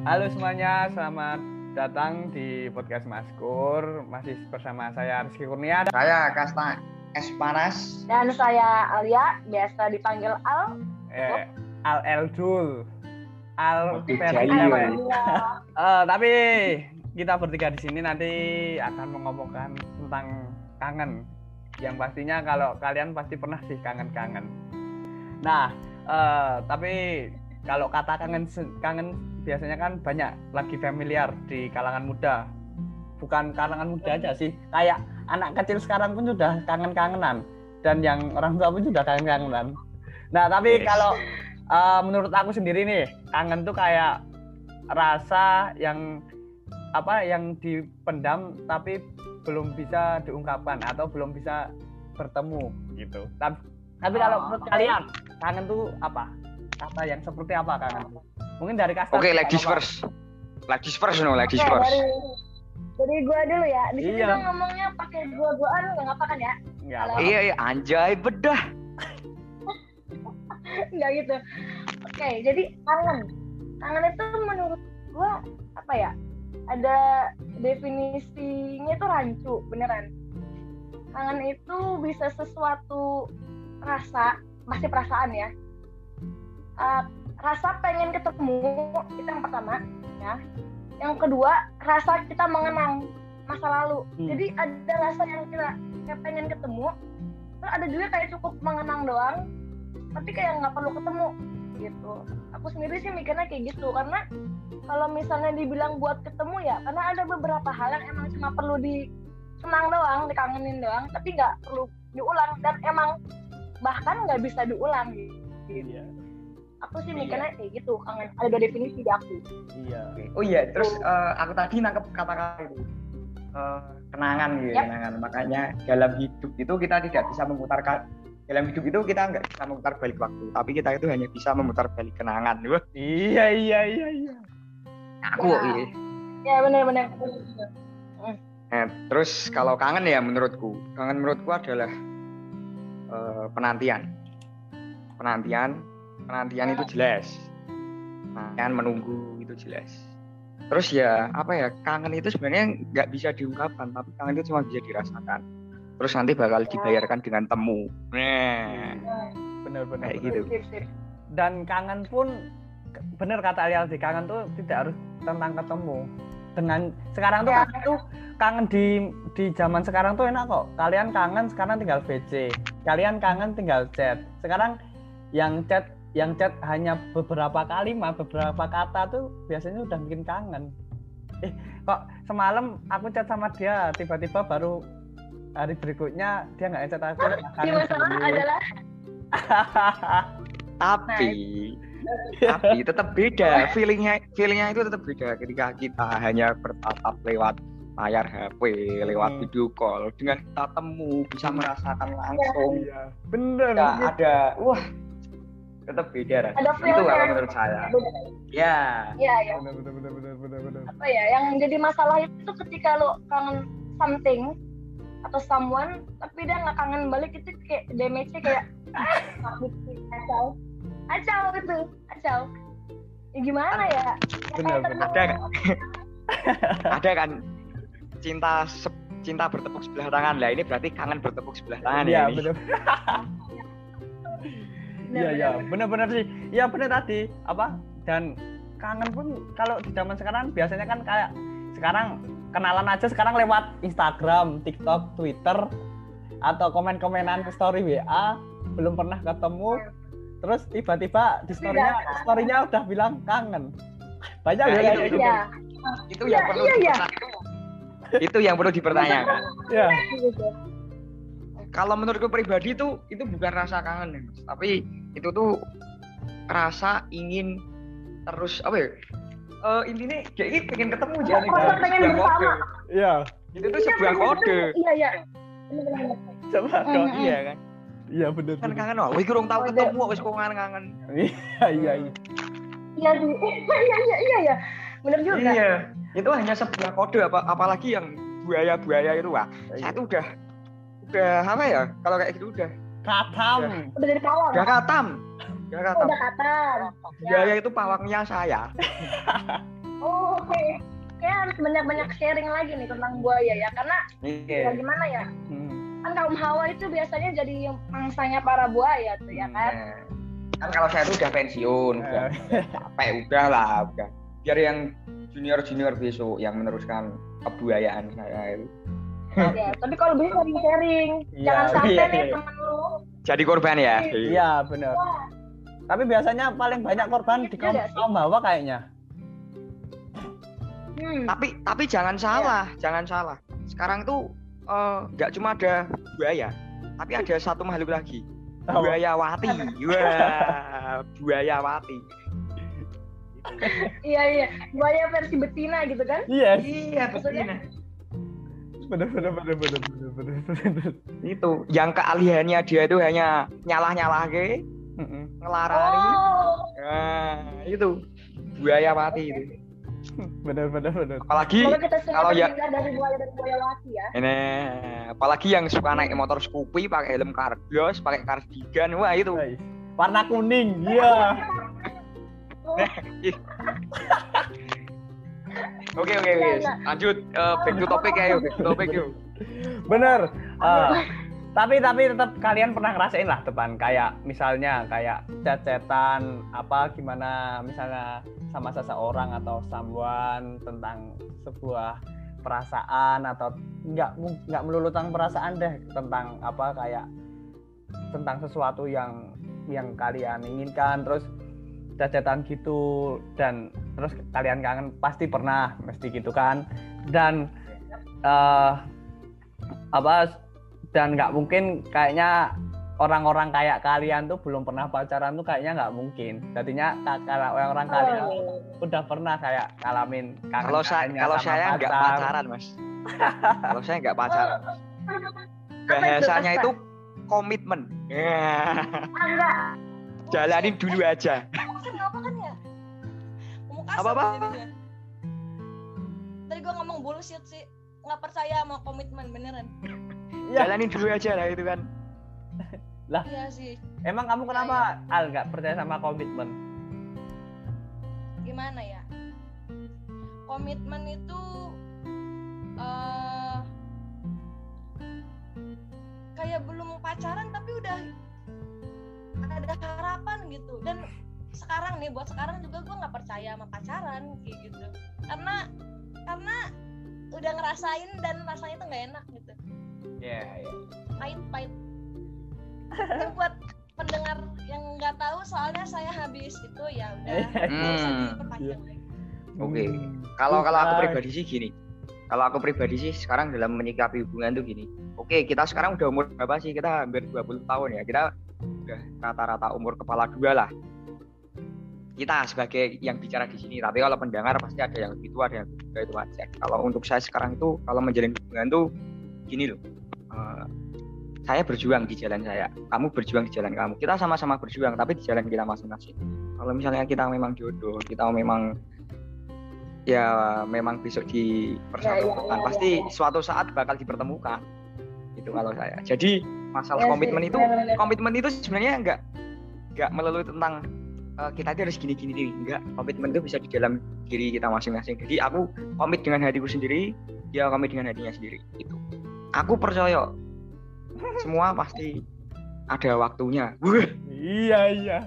Halo semuanya, selamat datang di podcast Maskur. Masih bersama saya Rizky Kurnia. Saya Kasta Es Panas. Dan saya Alia, biasa dipanggil Al. Al Eldul. Al Jaya. Tapi kita bertiga di sini nanti akan mengomongkan tentang kangen. Yang pastinya kalau kalian pasti pernah sih kangen-kangen. Nah, tapi kalau kata kangen biasanya kan banyak lagi familiar di kalangan muda. Bukan kalangan muda aja sih, kayak anak kecil sekarang pun sudah kangen-kangenan, dan yang orang tua pun sudah kangen-kangenan. Nah, tapi kalau menurut aku sendiri nih, kangen tuh kayak rasa yang dipendam tapi belum bisa diungkapkan atau belum bisa bertemu gitu. Tapi kalau menurut kalian, kangen tuh apa? Kata yang seperti apa kangen? Mungkin dari Kasta. Oke, ladies first. Ladies first. Dari gua dulu ya. Di sini Iya. kan ngomongnya pakai gua-guaan enggak apa kan ya? Enggak. Iya, anjay bedah. Enggak gitu. Oke, jadi kangen. Kangen itu menurut gua apa ya? Ada definisinya itu rancu, beneran. Kangen itu bisa sesuatu rasa, masih perasaan ya. Rasa pengen ketemu itu yang pertama ya. Yang kedua, rasa kita mengenang masa lalu. Jadi ada rasa yang kita kayak pengen ketemu, terus ada juga kayak cukup mengenang doang, tapi kayak nggak perlu ketemu gitu. Aku sendiri sih mikirnya kayak gitu, karena kalau misalnya dibilang buat ketemu ya, karena ada beberapa hal yang emang cuma perlu dikenang doang, dikangenin doang, tapi nggak perlu diulang, dan emang bahkan nggak bisa diulang gitu. Iya. Aku sih mikirnya kayak gitu, kangen. Ada dua definisi di aku. Iya. Oh iya, terus aku tadi nangkep kata-kata itu. Kenangan gitu, Yep. kenangan. Makanya dalam hidup itu kita tidak bisa memutarkan, dalam hidup itu kita nggak bisa memutar balik waktu, tapi kita itu hanya bisa memutar balik kenangan. Wah, Iya. aku Ya. Ya benar-benar. Terus kalau kangen ya menurutku adalah penantian itu jelas. Penantian menunggu itu jelas. Terus ya kangen itu sebenarnya nggak bisa diungkapkan, tapi kangen itu cuma bisa dirasakan. Terus nanti bakal dibayarkan dengan temu. Nah, Benar. kayak gitu. Sip. Dan kangen pun benar kata Alial sih, kangen tuh tidak harus tentang ketemu. Dengan sekarang tuh kangen tuh kangen di zaman sekarang tuh enak kok. Kalian kangen sekarang tinggal VC. Kalian kangen tinggal chat. Sekarang yang chat hanya beberapa kalimat, beberapa kata tuh biasanya udah bikin kangen. Kok semalam aku chat sama dia, tiba-tiba baru hari berikutnya dia nggak chat aku. Yang masalah adalah Tapi tetap beda, feelingnya itu tetap beda ketika kita hanya bertatap lewat layar HP, lewat video call, dengan kita temu bisa merasakan langsung. Iya. Bener. Ada tetap beda ada itu feel kalau menurut saya. Ya. Iya. Bener. Apa ya? Yang jadi masalah itu ketika lo kangen something atau someone, tapi dia nggak kangen balik, itu kayak damage-nya kayak acau. Ya gimana ya? Bener. Ada kan cinta bertepuk sebelah tangan lah, ini berarti kangen bertepuk sebelah tangan. Iya, ya ini. bener. Iya, bener sih. Iya bener tadi. Dan kangen pun kalau di zaman sekarang biasanya kan kayak sekarang kenalan aja sekarang lewat Instagram, TikTok, Twitter, atau komen-komenan ke story WA, belum pernah ketemu. Terus tiba-tiba di story-nya udah bilang kangen. Banyak itu. Iya. Itu yang perlu itu yang perlu dipertanyakan. Iya. Kalau menurutku pribadi itu bukan rasa kangen ya, Mas. Tapi itu tuh rasa ingin terus intinya jadi pengen ketemu aja nih. Pengen bersama. Iya. Itu tuh sebuah kode. Iya. Benar. Coba kok. Iya kan? Iya bener. Kan kangen wah, wih kurang tahu ketemu wis kok kangen. Iya. Iya sih. Iya. Benar juga. Iya. Itu hanya sebuah kode, apalagi yang buaya itu wah. Saya tuh udah kalau kayak gitu udah Katam. Udah dari pawang. udah katam. Udah katam. Buaya itu pawangnya saya. Oh, oke. Kayak harus banyak-banyak sharing lagi nih tentang buaya ya, karena ya gimana ya? Kan kaum Hawa itu biasanya jadi mangsanya para buaya tuh ya kan? Kan kalau saya tuh udah pensiun, udah capek, udah. Biar yang junior besok yang meneruskan kebuayaan saya itu. Ya, tapi kalau bisa sharing, jangan sampai nih temen lu jadi korban ya. Iya benar. Tapi biasanya paling banyak korban di kaum Hawa kayaknya. Tapi jangan salah. Sekarang tuh nggak cuma ada buaya, tapi ada satu makhluk lagi. Buayawati. Wah, buayawati. Iya, buaya versi betina gitu kan? Iya, betina. Bener. Itu yang keahliannya dia itu hanya nyalah ngelarani. Nah, itu buayawati itu. Bener. Apalagi kalau ya dari buaya dan buayawati ya. Apalagi yang suka naik motor Scoopy pakai helm kardus, pakai kardigan, wah itu. Warna kuning, iya. Oke, lanjut back to topic yuk. Bener. Tapi tetap kalian pernah ngerasain lah depan kayak misalnya kayak chat-chatan apa gimana misalnya sama seseorang atau someone tentang sebuah perasaan atau nggak melulu tentang perasaan deh, tentang apa kayak tentang sesuatu yang kalian inginkan, terus chat-chatan gitu dan terus kalian kangen, pasti pernah mesti gitu kan, dan dan nggak mungkin kayaknya orang-orang kayak kalian tuh belum pernah pacaran tuh kayaknya nggak mungkin. Jadinya kalau orang-orang kalian udah pernah kayak ngalamin kangen. Kalau saya nggak pacaran mas. Kalau saya nggak pacaran. Bahasanya itu komitmen. Enggak. Jalanin dulu aja. Apa kan ya? Ngomong kasar Apa? jadinya. Tadi gue ngomong bullshit sih. Nggak percaya sama komitmen beneran. Jalanin dulu aja lah itu kan. Lah. Iya sih. Emang kamu kenapa Al nggak percaya sama komitmen? Gimana ya? Komitmen itu kayak belum pacaran tapi udah ada harapan gitu. Dan sekarang nih, buat sekarang juga gue nggak percaya sama pacaran kayak gitu. Karena udah ngerasain dan rasanya tuh nggak enak gitu. Iya. Pahit. Ini buat pendengar yang nggak tahu, soalnya saya habis itu ya udah nggak usah diperpanjang lagi. Oke. Kalau aku pribadi sih gini. Kalau aku pribadi sih sekarang dalam menyikapi hubungan tuh gini. Oke, kita sekarang udah umur berapa sih? Kita hampir 20 tahun ya. Kita udah rata-rata umur kepala dua lah. Kita sebagai yang bicara di sini, tapi kalau pendengar pasti ada yang lebih tua, ada yang lebih muda, itu wajar. Kalau untuk saya sekarang itu, kalau menjalin hubungan tuh gini loh. Saya berjuang di jalan saya, kamu berjuang di jalan kamu. Kita sama-sama berjuang, tapi di jalan kita masing-masing. Kalau misalnya kita memang jodoh, kita memang besok dipersatukan, pasti suatu saat bakal dipertemukan. Itu kalau saya. Jadi masalah komitmen itu sebenarnya nggak melulu tentang kita itu harus gini, enggak. Komitmen itu bisa di dalam diri kita masing-masing. Jadi aku komit dengan hatiku sendiri, dia komit dengan hatinya sendiri. Itu. Aku percaya semua pasti ada waktunya. Iya.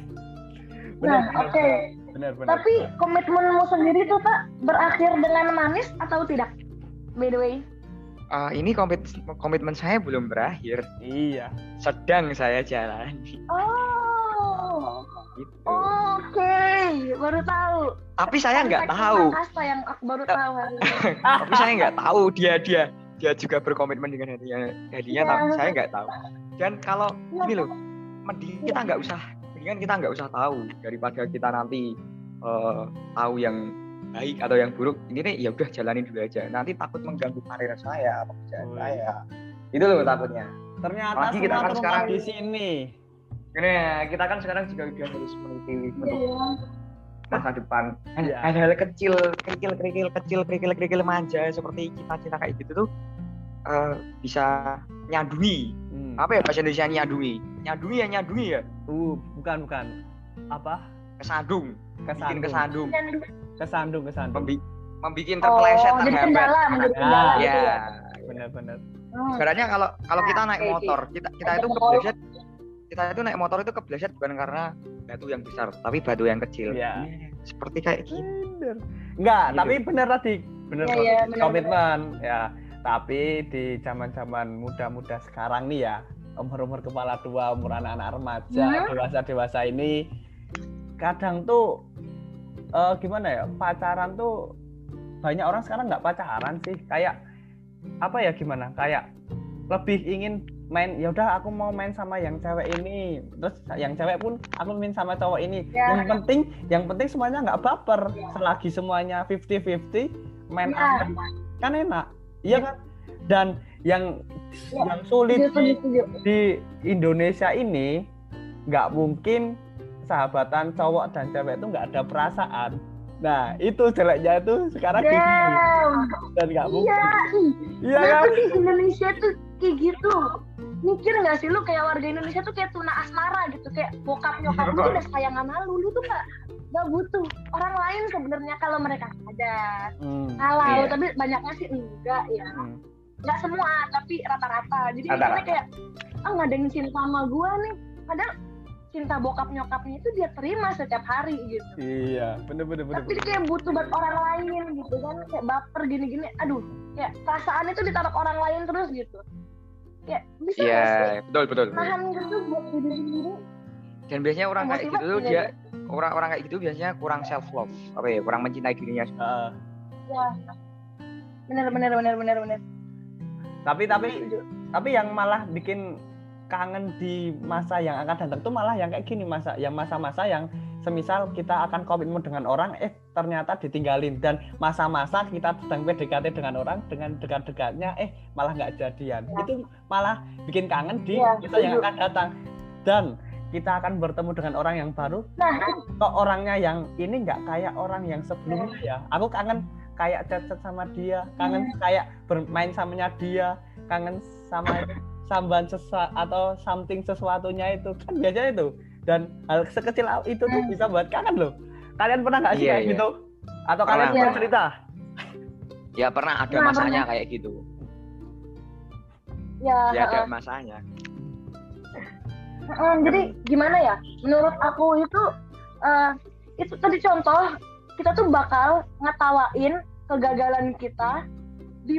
Benar. Tapi komitmenmu sendiri tuh tak berakhir dengan manis atau tidak? By the way. Ini komitmen saya belum berakhir. Iya. Sedang saya jalani. Oh. Gitu. Oke, baru tahu. Tapi saya nggak tahu. Yang aku baru tahu hari ini. Tapi saya nggak tahu dia juga berkomitmen dengan hatinya, tapi saya nggak tahu. Dan kalau ini loh, mendingan kita nggak usah tahu daripada kita nanti tahu yang baik atau yang buruk. Ini nih ya udah jalanin dulu aja. Nanti takut mengganggu karir saya atau pekerjaan saya. Itu loh takutnya. Ternyata apalagi kita kan sekarang di sini. Kita kan sekarang juga udah harus meniti masa depan. Hal-hal kecil manja seperti cita-cita kayak gitu tuh bisa nyadui. Apa ya bahasa Indonesia nyadui? Nyadui ya? Bukan. Apa? Kesandung. Bikin kesandung. Kesandung. Membuat terpeleset jadi terhempet. kendala, menjadi kendala Ah, gitu Ya. ya. Benar. Sebenarnya kalau kita naik oke, motor, kita itu kebleset. Kita itu naik motor itu kebleset bukan karena batu yang besar, tapi batu yang kecil. Iya. Seperti kayak gitu. Bener. Enggak, Gitu. tapi bener tadi. Bener Iya, kok. iya, bener, Komitmen ya. Tapi di zaman-zaman muda-muda sekarang nih ya, umur-umur kepala dua, umur anak-anak remaja, dewasa-dewasa ini kadang tuh gimana ya? Pacaran tuh banyak orang sekarang nggak pacaran sih. Kayak apa ya gimana? Kayak lebih ingin main, ya udah aku mau main sama yang cewek ini, terus yang cewek pun aku main sama cowok ini. Ya. Yang penting semuanya nggak baper, selagi semuanya 50-50 main Ya. aman kan enak, iya kan? Dan yang sulit Setuju. di Indonesia ini nggak mungkin sahabatan cowok dan cewek itu nggak ada perasaan. Nah itu jeleknya itu sekarang gitu dan nggak mungkin. Iya Kenapa kan? sih Indonesia tuh kayak gitu? Mikir nggak sih lu kayak warga Indonesia tuh kayak tuna asmara gitu, kayak bokap nyokap lu udah sayang sama lu tuh nggak butuh orang lain sebenarnya kalau mereka sadar. Salah, Iya. tapi banyaknya sih enggak ya. Nggak semua, tapi rata-rata. Jadi Rata-rata. misalnya kayak nggak ada yang cinta sama gua nih, padahal cinta bokap nyokapnya itu dia terima setiap hari gitu. Iya, bener. Tapi dia kayak butuh buat orang lain gitu kan, kayak baper gini-gini. Aduh, ya perasaan itu ditaruh orang lain terus gitu. Ya bisa Iya, nggak sih betul. nahan gitu buat diri sendiri. Dan biasanya orang kayak Emosi gitu tuh banget dia orang kayak gitu biasanya kurang self love, kurang mencintai dirinya. Heeh. Ya, bener. Tapi yang malah bikin kangen di masa yang akan datang tuh malah yang kayak gini, masa-masa yang semisal kita akan komitmen dengan orang, ternyata ditinggalin, dan masa-masa kita sedang PDKT dengan orang, dengan dekat-dekatnya malah nggak jadian. Ya. Itu malah bikin kangen di Ya, masa yang akan datang, dan kita akan bertemu dengan orang yang baru. Nah, kok orangnya yang ini nggak kayak orang yang sebelumnya ya. Aku kangen kayak chat sama dia, kangen kayak bermain samanya dia, kangen sama samban atau something sesuatunya itu kan biasanya itu. Dan hal sekecil itu tuh bisa buat kangen loh. Kalian pernah nggak sih kayak gitu? Atau kalian pernah cerita? Ya pernah ada masanya kayak gitu. ya ada masanya. jadi gimana ya? Menurut aku itu tadi contoh, kita tuh bakal ngetawain kegagalan kita di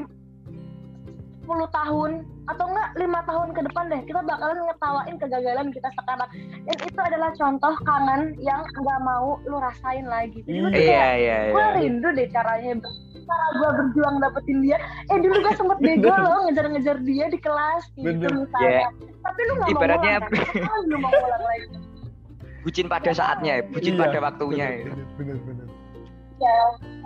10 tahun atau enggak 5 tahun ke depan deh, kita bakalan ngetawain kegagalan kita sekarang, dan itu adalah contoh kangen yang nggak mau lu rasain lagi. Jadi lu Iya. gue rindu deh cara gue berjuang dapetin dia. Dulu gue sempet bego loh ngejar-ngejar dia di kelas gitu misalnya. Tapi lu nggak mau Ibaratnya lu mau ngulang lagi. bucin pada saatnya, bucin pada waktunya. Bener. Ya.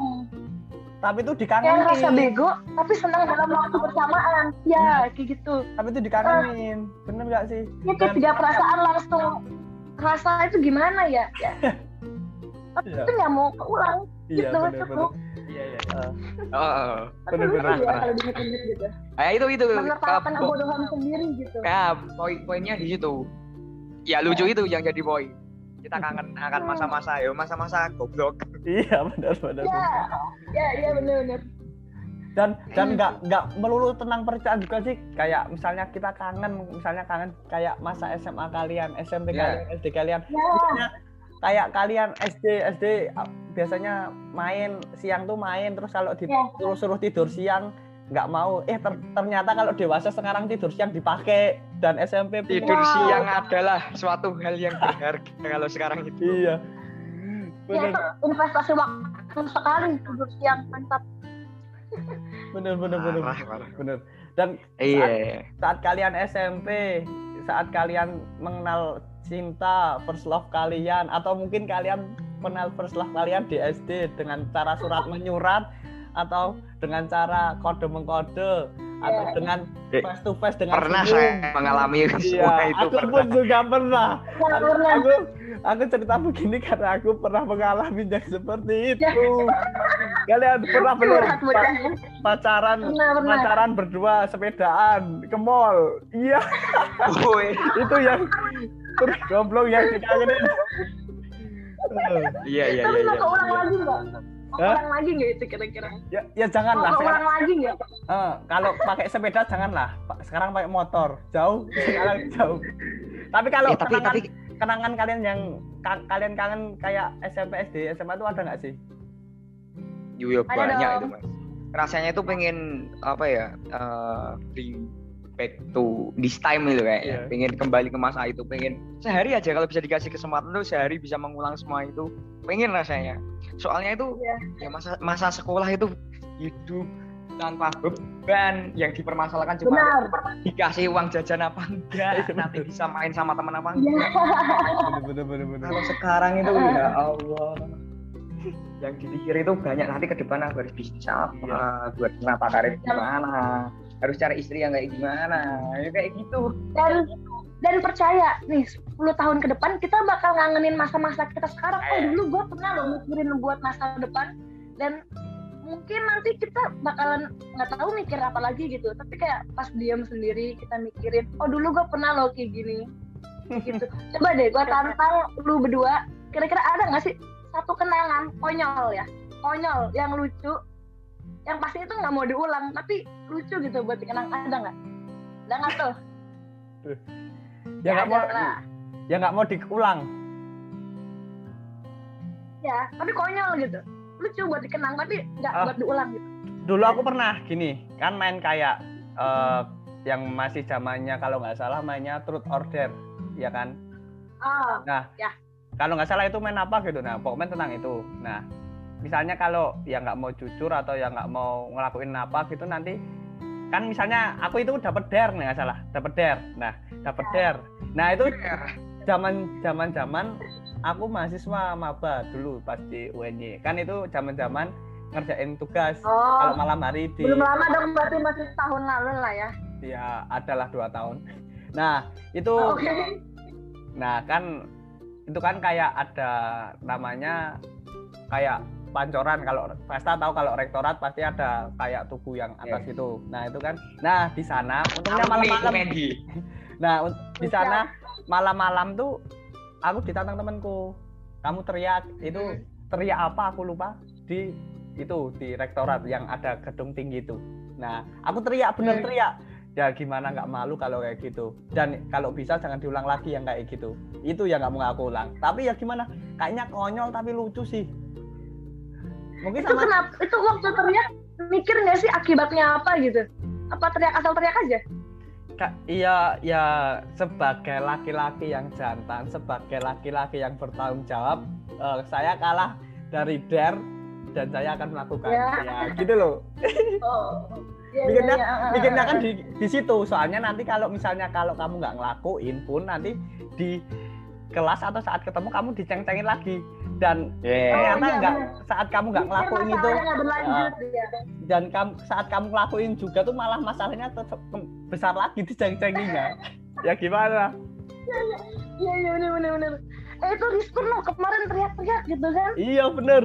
Tapi itu Yang dikangenin. rasa bego tapi senang dalam waktu bersamaan. Ya, kayak gitu. Tapi itu dikangenin. Bener nggak sih? Ya ketiga perasaan langsung rasa itu gimana ya? Tapi itu nggak mau keulang. Iya, Gitu, bener. cukup. Iya. Tapi lucu Bener. ya kalau diinget-inget gitu. Itu Menertawakan kebodohan sendiri gitu. ya poinnya di situ. Ya lucu itu yang jadi poin. Kita kangen akan masa-masa goblok. Iya, benar. Ya, benar. Dan nggak melulu tentang percintaan juga sih. Kayak misalnya kita kangen kayak masa SMA kalian, SMP kalian, SD kalian. Misalnya kayak kalian SD biasanya main siang tuh main, terus kalau disuruh tidur siang nggak mau. Ternyata kalau dewasa sekarang tidur siang dipakai, dan SMP Tidur siang adalah suatu hal yang berharga kalau sekarang itu. Iya. Ya, itu investasi waktu sekali tidur siang, mantap. Bener. Parah. Dan Iya. saat kalian SMP, saat kalian mengenal cinta first love kalian, atau mungkin kalian kenal first love kalian di SD dengan cara surat menyurat, atau dengan cara kode mengkode, atau dengan face to face dengan pernah senyum. saya mengalami semua itu. Aku pun juga pernah. Pernah. Aku cerita begini karena aku pernah mengalami yang seperti itu. Kalian pernah belum pacaran berdua sepedaan ke mall? Iya. Itu yang terus goblok yang dikangenin. Iya. Tapi mau keulang lagi nggak? ulang lagi nggak itu kira-kira? Ya janganlah. Ulang lagi nggak? Kalau pakai sepeda janganlah. Sekarang pakai motor, jauh, sekarang jauh. Tapi kalau kenangan kalian yang kalian kangen kayak SMP, SD, SMA itu ada nggak sih? Yo banyak itu Mas. Rasanya itu pengen apa ya? Bring back to this time gitu kayak. Yeah. Pengen kembali ke masa itu, pengen sehari aja kalau bisa dikasih kesempatan tuh sehari bisa mengulang semua itu. Pengen rasanya. Soalnya itu ya masa sekolah itu hidup tanpa beban, yang dipermasalahkan cuma dikasih uang jajan apa enggak, nanti bisa main sama teman apa enggak. Bener. Kalau sekarang itu ya Allah, yang dipikir itu banyak, nanti ke depan aku harus bisnis apa, buat kenapa karir gimana, harus cari istri yang kayak gimana, ya kayak gitu. Dan percaya nih 10 tahun ke depan kita bakal ngangenin masa-masa kita sekarang. Dulu gue pernah loh mikirin buat masa depan, dan mungkin nanti kita bakalan nggak tahu mikir apa lagi gitu, tapi kayak pas diam sendiri kita mikirin, dulu gue pernah loh kayak gini gitu. Coba deh gue tantang lu berdua, kira-kira ada nggak sih satu kenangan konyol yang lucu, yang pasti itu nggak mau diulang tapi lucu gitu buat dikenang, ada nggak tuh? Ya nggak mau diulang ya, tapi konyol gitu, lucu buat dikenang tapi nggak buat diulang gitu. Dulu aku pernah gini kan, main kayak yang masih zamannya kalau nggak salah mainnya Truth or Dare, ya kan? Kalau nggak salah itu main apa gitu, nah pokoknya tentang itu. Nah misalnya kalau yang nggak mau jujur atau yang nggak mau ngelakuin apa gitu, nanti kan misalnya aku itu dapat dare nih, nggak salah dapat dare. Nah itu zaman aku mahasiswa maba dulu pas di UNY, kan itu zaman ngerjain tugas kalau malam hari di. Belum lama dong, berarti masih tahun lalu lah ya? Ya adalah 2 tahun. Nah itu, nah kan itu kan kayak ada namanya kayak pancoran. Kalau Vesta tahu kalau rektorat pasti ada kayak tugu yang atas itu. Nah itu kan, nah di sana untungnya malam-malam. Nah di sana malam-malam tuh aku ditantang temanku, kamu teriak itu, teriak apa aku lupa, di rektorat yang ada gedung tinggi itu. Nah aku teriak, bener teriak, ya gimana nggak malu kalau kayak gitu, dan kalau bisa jangan diulang lagi yang kayak gitu. Itu yang nggak mau aku ulang, tapi ya gimana, kayaknya konyol tapi lucu sih. Mungkin itu kenapa itu waktu teriak mikir nggak sih akibatnya apa gitu, apa teriak asal teriak aja? Iya, ya sebagai laki-laki yang jantan, sebagai laki-laki yang bertanggung jawab, saya kalah dari dare dan saya akan melakukan, ya gitu loh. Mikirnya kan di situ, soalnya nanti kalau misalnya kalau kamu nggak ngelakuin pun nanti di kelas atau saat ketemu kamu diceng-cengin lagi, dan ternyata nggak, saat kamu nggak ngelakuin itu dan saat kamu ngelakuin juga tuh malah masalahnya tetap besar lagi diceng-cenginnya. Ya gimana? Iya bener. Itu Rizkun loh kemarin teriak-teriak gitu kan? Iya bener.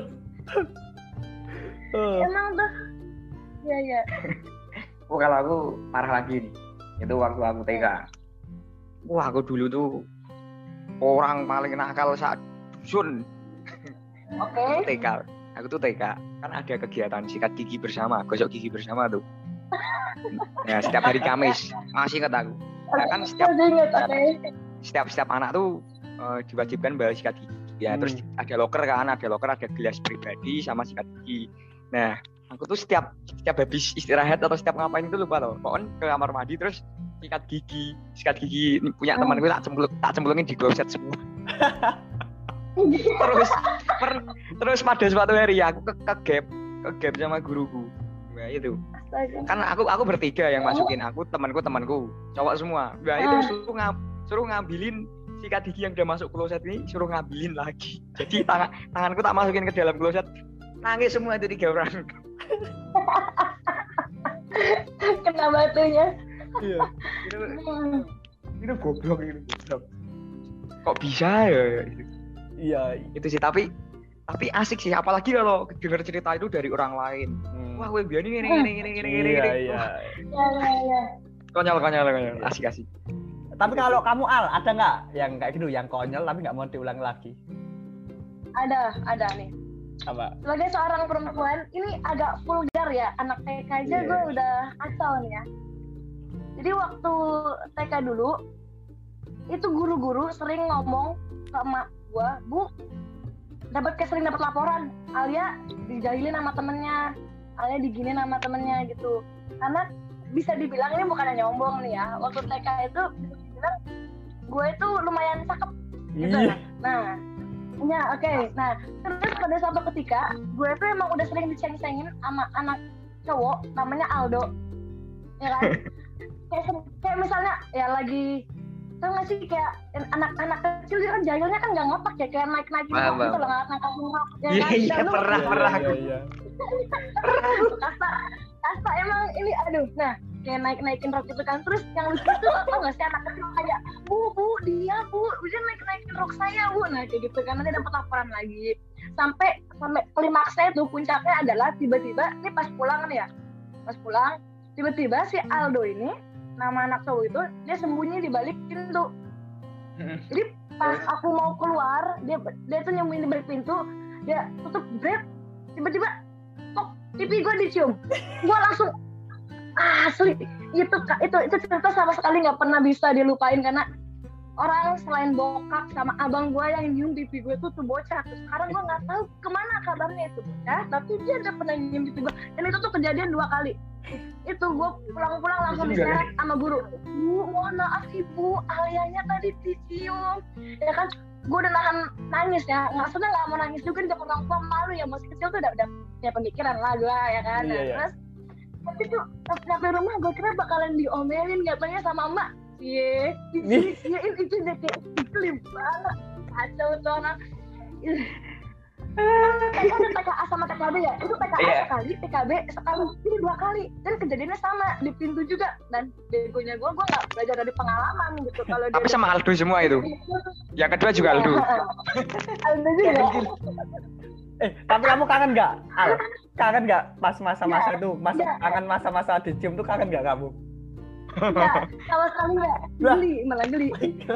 Emang tuh. Iya. Kalau aku parah lagi nih, itu waktu aku TK. Wah aku dulu tuh orang paling nakal saat dusun. TK. Aku tuh TK. Kan ada kegiatan sikat gigi bersama, gosok gigi bersama tuh. Ya setiap hari Kamis, masih ingat aku. Nah, kan setiap anak tuh diwajibkan bawa sikat gigi. Ya terus ada loker, ada gelas pribadi sama sikat gigi. Nah aku tuh setiap habis istirahat atau setiap ngapain itu lupa loh, pokoknya ke kamar mandi terus sikat gigi punya temanku tak cemplungin di kloset semua. terus pada suatu hari aku ke gap sama guruku. Nah itu kan aku bertiga yang masukin, aku temanku cowok semua. Nah itu suruh ngambilin sikat gigi yang udah masuk kloset ini, suruh ngambilin lagi. Jadi tanganku tak masukin ke dalam kloset, nangis semua itu 3 orang. Kena batunya. Iya. Itu goblok. Kok bisa ya? Iya. Itu sih, tapi asik sih, apalagi kalau dengar cerita itu dari orang lain. Wah, gue biar ini. Iya. Konyol. Asik. Tapi kalau kamu Al, ada nggak yang kayak gitu, yang konyol tapi nggak mau diulang lagi? Ada nih. Apa? Sebagai seorang perempuan, ini agak vulgar ya. Anak TK aja gue udah kacau nih ya. Jadi waktu TK dulu, itu guru-guru sering ngomong ke emak gue, Bu, sering dapat laporan, Alia dijahilin sama temennya, Alia diginin sama temennya gitu. Karena bisa dibilang ini bukan nyombong nih ya. Waktu TK itu bisa dibilang gue itu lumayan cakep gitu. Iya. Nah, ya oke. Nah, terus pada suatu ketika gue tuh emang udah sering diceng-cengin sama anak cowok namanya Aldo, ya kan? kayak misalnya ya lagi, tau gak sih kayak anak-anak kecil kan jahilnya kan nggak ngotak ya, kayak naik-naikin rok gitu loh, naik-naikin rok. Iya pernah. Iya. Kasta emang ini aduh. Nah, kayak naik-naikin rok gitu kan. Terus yang lucu itu tau gak sih anak kecil kayak, Bu, dia naik-naikin rok saya, Bu. Nah, kayak gitu kan, nanti dapat laporan lagi. Sampai klimaksnya itu, puncaknya adalah tiba-tiba, ini pas pulang nih ya. Pas pulang, tiba-tiba si Aldo ini, nama anak cowok itu, dia sembunyi di balik pintu. Jadi pas aku mau keluar, dia tuh nyembunyi di balik pintu, dia tutup grab, tiba-tiba kok pipi gue dicium. Gue langsung asli itu cerita sama sekali nggak pernah bisa dilupain, karena orang selain bokap sama abang gue yang nyium pipi gue tuh bocah. Terus sekarang gue nggak tahu kemana kabarnya itu bocah, tapi dia udah pernah nyium pipi gue, dan itu tuh kejadian 2 kali. Itu gue pulang-pulang langsung diseret sama guru, Bu, mohon maaf Ibu, Alianya tadi dicium, ya kan. Gue udah nahan nangis ya, nggak mau nangis juga, udah orang tua malu ya, masih kecil tuh udah punya pemikiran lah gue ya kan. Nah, terus tapi tuh pas sampai rumah gue kira bakalan diomelin katanya sama emak. Iya itu udah kayak iklim banget, kacau tuh anak. Udah TKA sama TKB ya, itu TKA sekali, TKB sekali, ini 2 kali, dan kejadiannya sama di pintu juga. Dan begonya gue nggak belajar dari pengalaman gitu. Kalau tapi sama Aldo semua itu. Yang kedua juga Aldo. Aldo juga. Tapi kamu kangen nggak? Kangen nggak pas masa-masa itu? Kangen masa-masa dicium tuh kangen nggak kamu? Enggak, sama sekali enggak. Malah geli.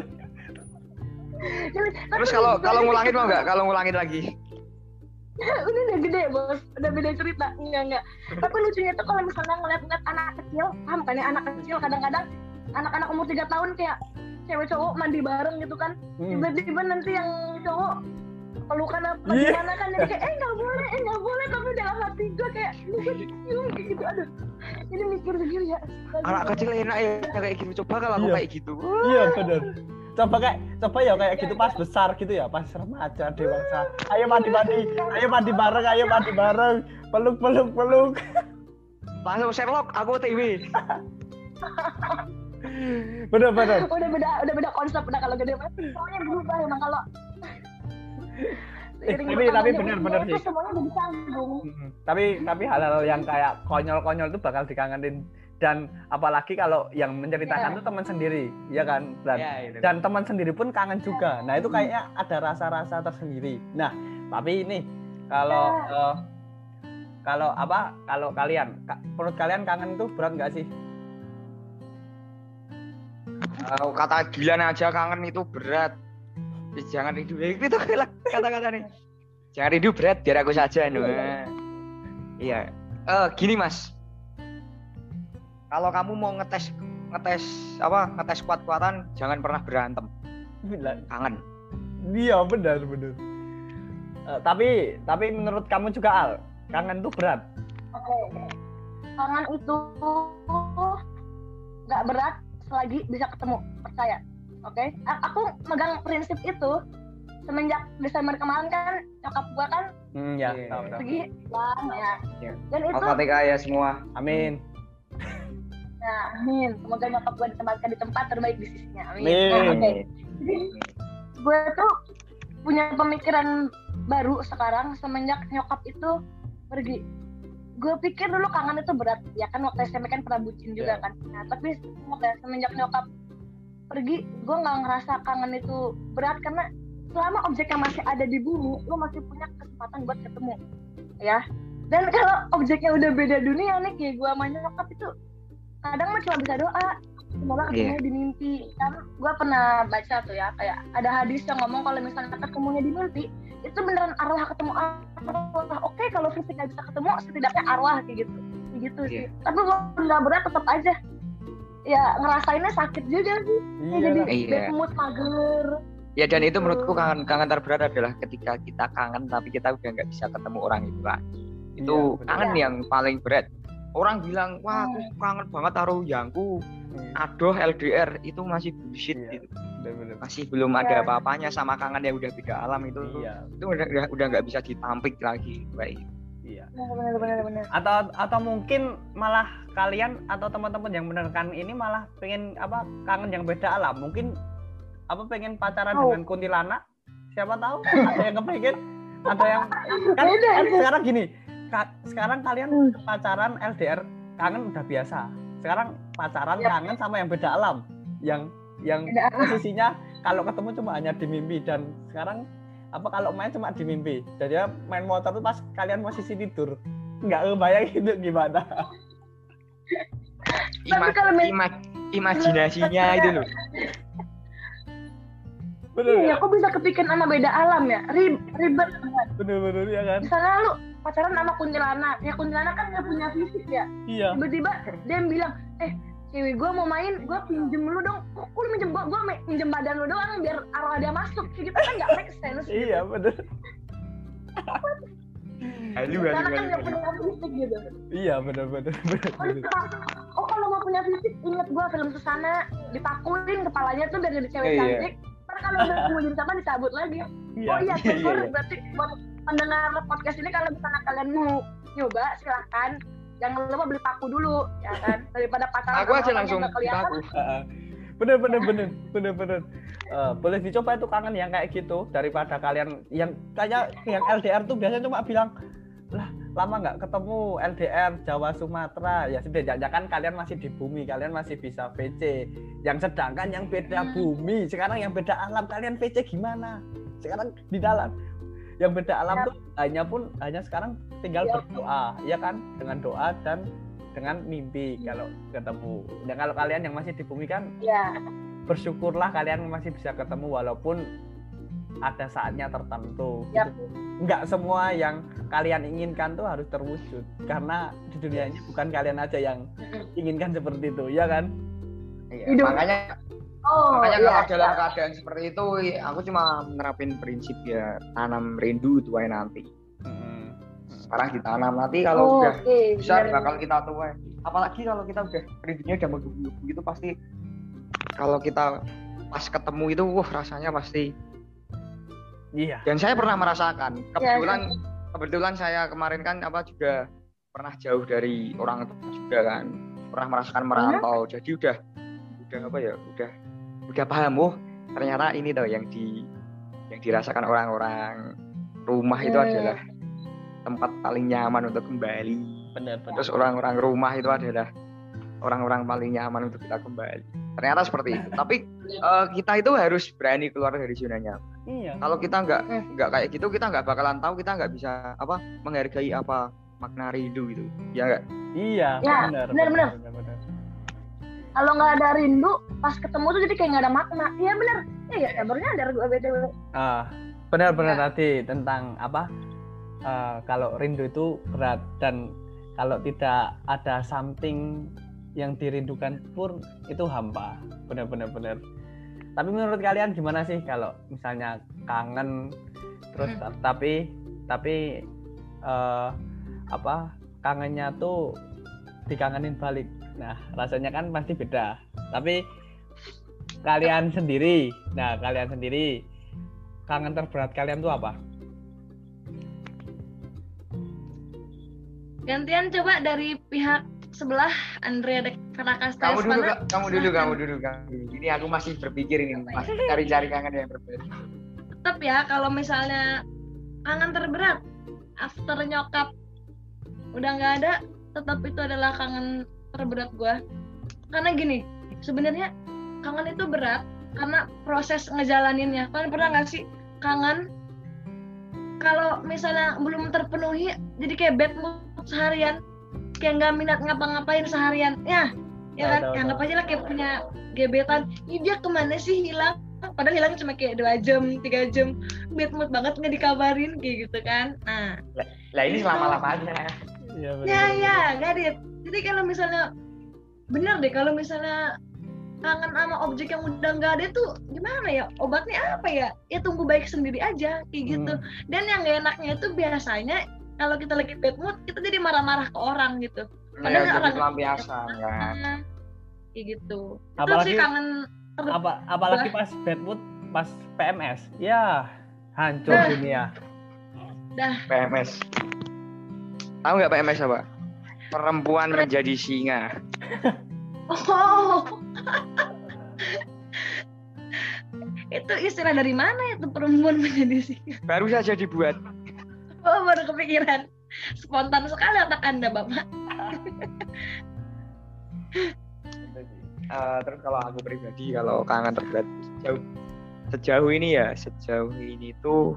Terus kalau ngulangin mau nggak? Kalau ngulangin lagi? Ini udah gede bos, udah beda cerita. Enggak. Tapi lucunya tuh kalau misalnya ngeliat anak kecil, paham kan ya, anak kecil kadang-kadang anak-anak umur 3 tahun kayak cewek cowok mandi bareng gitu kan, tiba-tiba nanti yang cowok pelukan apa gimana kan, jadi kayak nggak boleh, tapi dalam hati gue kayak cium gitu. Aduh, ini mikir sendiri ya. Anak kecil enak ya kayak gitu, coba kalau aku kayak gitu. Iya benar. Coba ya kayak gitu pas besar gitu ya, pas remaja dewasa. Ayo mandi bareng, peluk. Langsung Sherlock, aku TV. Bener. Udah beda konsep udah kalau gede banget. Semuanya berubah emang kalau. Tapi bener sih. Semuanya jadi canggung. Tapi hal-hal yang kayak konyol-konyol itu bakal dikangenin. Dan apalagi kalau yang menceritakan itu teman sendiri, ya kan? Dan teman sendiri pun kangen juga. Nah itu kayaknya ada rasa-rasa tersendiri. Nah tapi ini kalau kalian, menurut kalian kangen itu berat nggak sih? Kata Gilan aja kangen itu berat. Jangan rindu, itu kata-kata nih. Jangan rindu berat, biar aku saja. Iya. Gini Mas. Kalau kamu mau ngetes kuat-kuatan, jangan pernah berantem. Kangen. Iya benar. Tapi menurut kamu juga Al, kangen itu berat. Oke. Kangen itu nggak berat selagi bisa ketemu, percaya. Oke. Aku megang prinsip itu semenjak Desember kemarin kan nyokap gua kan pergi pulang ya. Dan itu TK ya semua. Amin. Nah, amin. Semoga nyokap gue ditempatkan di tempat terbaik di sisinya. Amin. Nah, oke. Jadi gue tuh punya pemikiran baru sekarang semenjak nyokap itu pergi. Gue pikir dulu kangen itu berat, ya kan waktu SMP kan pernah bucin juga kan. Nah, tapi semenjak nyokap pergi, gue nggak ngerasa kangen itu berat karena selama objeknya masih ada di bumi, lo masih punya kesempatan buat ketemu, ya. Dan kalau objeknya udah beda dunia nih, kayak gue sama nyokap itu kadang mah cuma bisa doa, semoga ketemunya di mimpi. Kan gue pernah baca tuh ya, kayak ada hadis yang ngomong kalau misalnya ketemunya di mimpi itu beneran arwah ketemu arwah. Oke, kalau fisik nggak bisa ketemu, setidaknya arwah kayak gitu sih. Tapi gue nggak berat tetap aja ya ngerasainnya sakit juga sih. Jadi bad mood, mager. Ya, dan itu menurutku kangen terberat adalah ketika kita kangen tapi kita udah nggak bisa ketemu orang itu lagi. Itu kangen yang paling berat. Orang bilang, wah aku kangen banget karo yangku. Aduh, LDR itu masih bullshit gitu. Bener-bener. Masih belum ada apa-apanya sama kangen yang udah beda alam itu. Itu udah nggak bisa ditampik lagi baik. Iya. Benar. Atau mungkin malah kalian atau teman-teman yang mendengarkan ini malah pengen kangen yang beda alam. Mungkin pengen pacaran dengan kuntilanak. Siapa tahu ada yang kepengen, ada yang kan sekarang gini. Sekarang kalian pacaran LDR kangen udah biasa. Sekarang pacaran kangen sama yang beda alam. Yang posisinya kalau ketemu cuma hanya di mimpi, dan sekarang kalau main cuma di mimpi. Jadi main motor tuh pas kalian posisi tidur. Nggak kebayang itu gimana. Imajinasinya itu loh. Bener ya, kok bisa kepikiran sama beda alam ya? Ribet banget. Bener ya kan? Misalnya lu pacaran sama kuntilanak, ya kuntilanak kan nggak punya fisik ya. Iya. Tiba-tiba dia bilang, cewek gue mau main, gue pinjem lu dong. Kok lu minjem gue minjem badan lu doang biar arwah dia masuk. Kayak gitu kan nggak make sense. Iya bener. Karena kan nggak punya fisik gitu. Iya bener. Oh kalau mau punya fisik, inget gue film Susana, dipakulin kepalanya tuh biar jadi cewek cantik. Karena kalau udah mau jadi sama dicabut lagi. Berarti buat pendengar podcast ini kalau misalnya kalian mau nyoba silahkan, jangan lupa beli paku dulu ya kan, daripada pacaran. Aku aja langsung paku. Bener. Boleh dicoba itu kangen yang kayak gitu daripada kalian yang kayak yang LDR tuh biasanya cuma bilang lah lama nggak ketemu LDR Jawa Sumatera ya sudah, jangan kalian masih di bumi, kalian masih bisa VC. Yang sedangkan yang beda bumi sekarang, yang beda alam, kalian VC gimana sekarang di dalam yang beda alam tuh hanya sekarang tinggal berdoa ya kan, dengan doa dan dengan mimpi kalau ketemu. Dan kalau kalian yang masih di bumi kan bersyukurlah kalian masih bisa ketemu walaupun ada saatnya tertentu gitu. Nggak semua yang kalian inginkan tuh harus terwujud, karena di dunia ini bukan kalian aja yang inginkan seperti itu ya kan. Iya, makanya kalau dalam keadaan seperti itu aku cuma menerapin prinsip ya, tanam rindu tuai nanti. Sekarang ditanam, nanti kalau udah besar bakal kita tuai. Apalagi kalau kita udah rindunya udah menggebu-gebu gitu, pasti kalau kita pas ketemu itu rasanya pasti. Iya. Dan saya pernah merasakan. Kebetulan saya kemarin kan juga pernah jauh dari orang tua juga kan. Pernah merasakan merantau. Jadi udah paham, ternyata ini tuh yang dirasakan orang-orang rumah itu adalah tempat paling nyaman untuk kembali. Benar. Terus orang-orang rumah itu adalah orang-orang paling nyaman untuk kita kembali. Ternyata seperti itu. Tapi kita itu harus berani keluar dari zona nyaman. Iya. Kalau kita nggak kayak gitu, kita nggak bakalan tahu, kita nggak bisa menghargai apa makna rindu itu. Ya nggak? Iya. Benar. Kalau nggak ada rindu, pas ketemu tuh jadi kayak nggak ada makna. Iya benar. Ya baru nyadar gue btw. Benar tadi tentang kalau rindu itu berat, dan kalau tidak ada something yang dirindukan pun itu hampa. Benar. Tapi menurut kalian gimana sih kalau misalnya kangen terus tapi kangennya tuh dikangenin balik. Nah, rasanya kan pasti beda. Tapi kalian sendiri kangen terberat kalian tuh apa? Gantian coba dari pihak sebelah, Andrea Karakastas. Kamu dulu. Ini aku masih berpikir ini, masih cari-cari kangen yang berbeda. Tetap ya, kalau misalnya kangen terberat after nyokap udah nggak ada, tetap itu adalah kangen terberat gue. Karena gini, sebenarnya kangen itu berat karena proses ngejalaninnya. Kalian pernah nggak sih kangen kalau misalnya belum terpenuhi, jadi kayak bad mood seharian, kayak nggak minat ngapa-ngapain seharian. Ya Ya kan, Tahu. anggap aja lah kayak punya gebetan. Ih, dia kemana sih hilang? Padahal hilang cuma kayak 2 jam, 3 jam. Bad mood banget nggak dikabarin kayak gitu kan. Nah, Lah ini selama-lamanya. Iya, ya, Gadit. Jadi kalau misalnya bener deh, kalau misalnya kangen sama objek yang udah nggak ada tuh gimana ya? Obatnya apa ya? Ya tunggu baik sendiri aja kayak gitu. Dan yang gak enaknya itu biasanya kalau kita lagi bad mood, kita jadi marah-marah ke orang gitu. Ya, jadi orang pelampiasan kan. kayak gitu. Apalagi- Itu sih kangen. Apalagi pas bad mood, pas PMS. Ya, hancur dunia. PMS. Tahu nggak PMS apa? Perempuan menjadi singa. Oh. Itu istilah dari mana ya tuh perempuan menjadi singa? Baru saja dibuat. Oh, baru kepikiran. Spontan sekali otak Anda, Bapak. Terus kalau aku pribadi, kalau kangen terberat sejauh ini tuh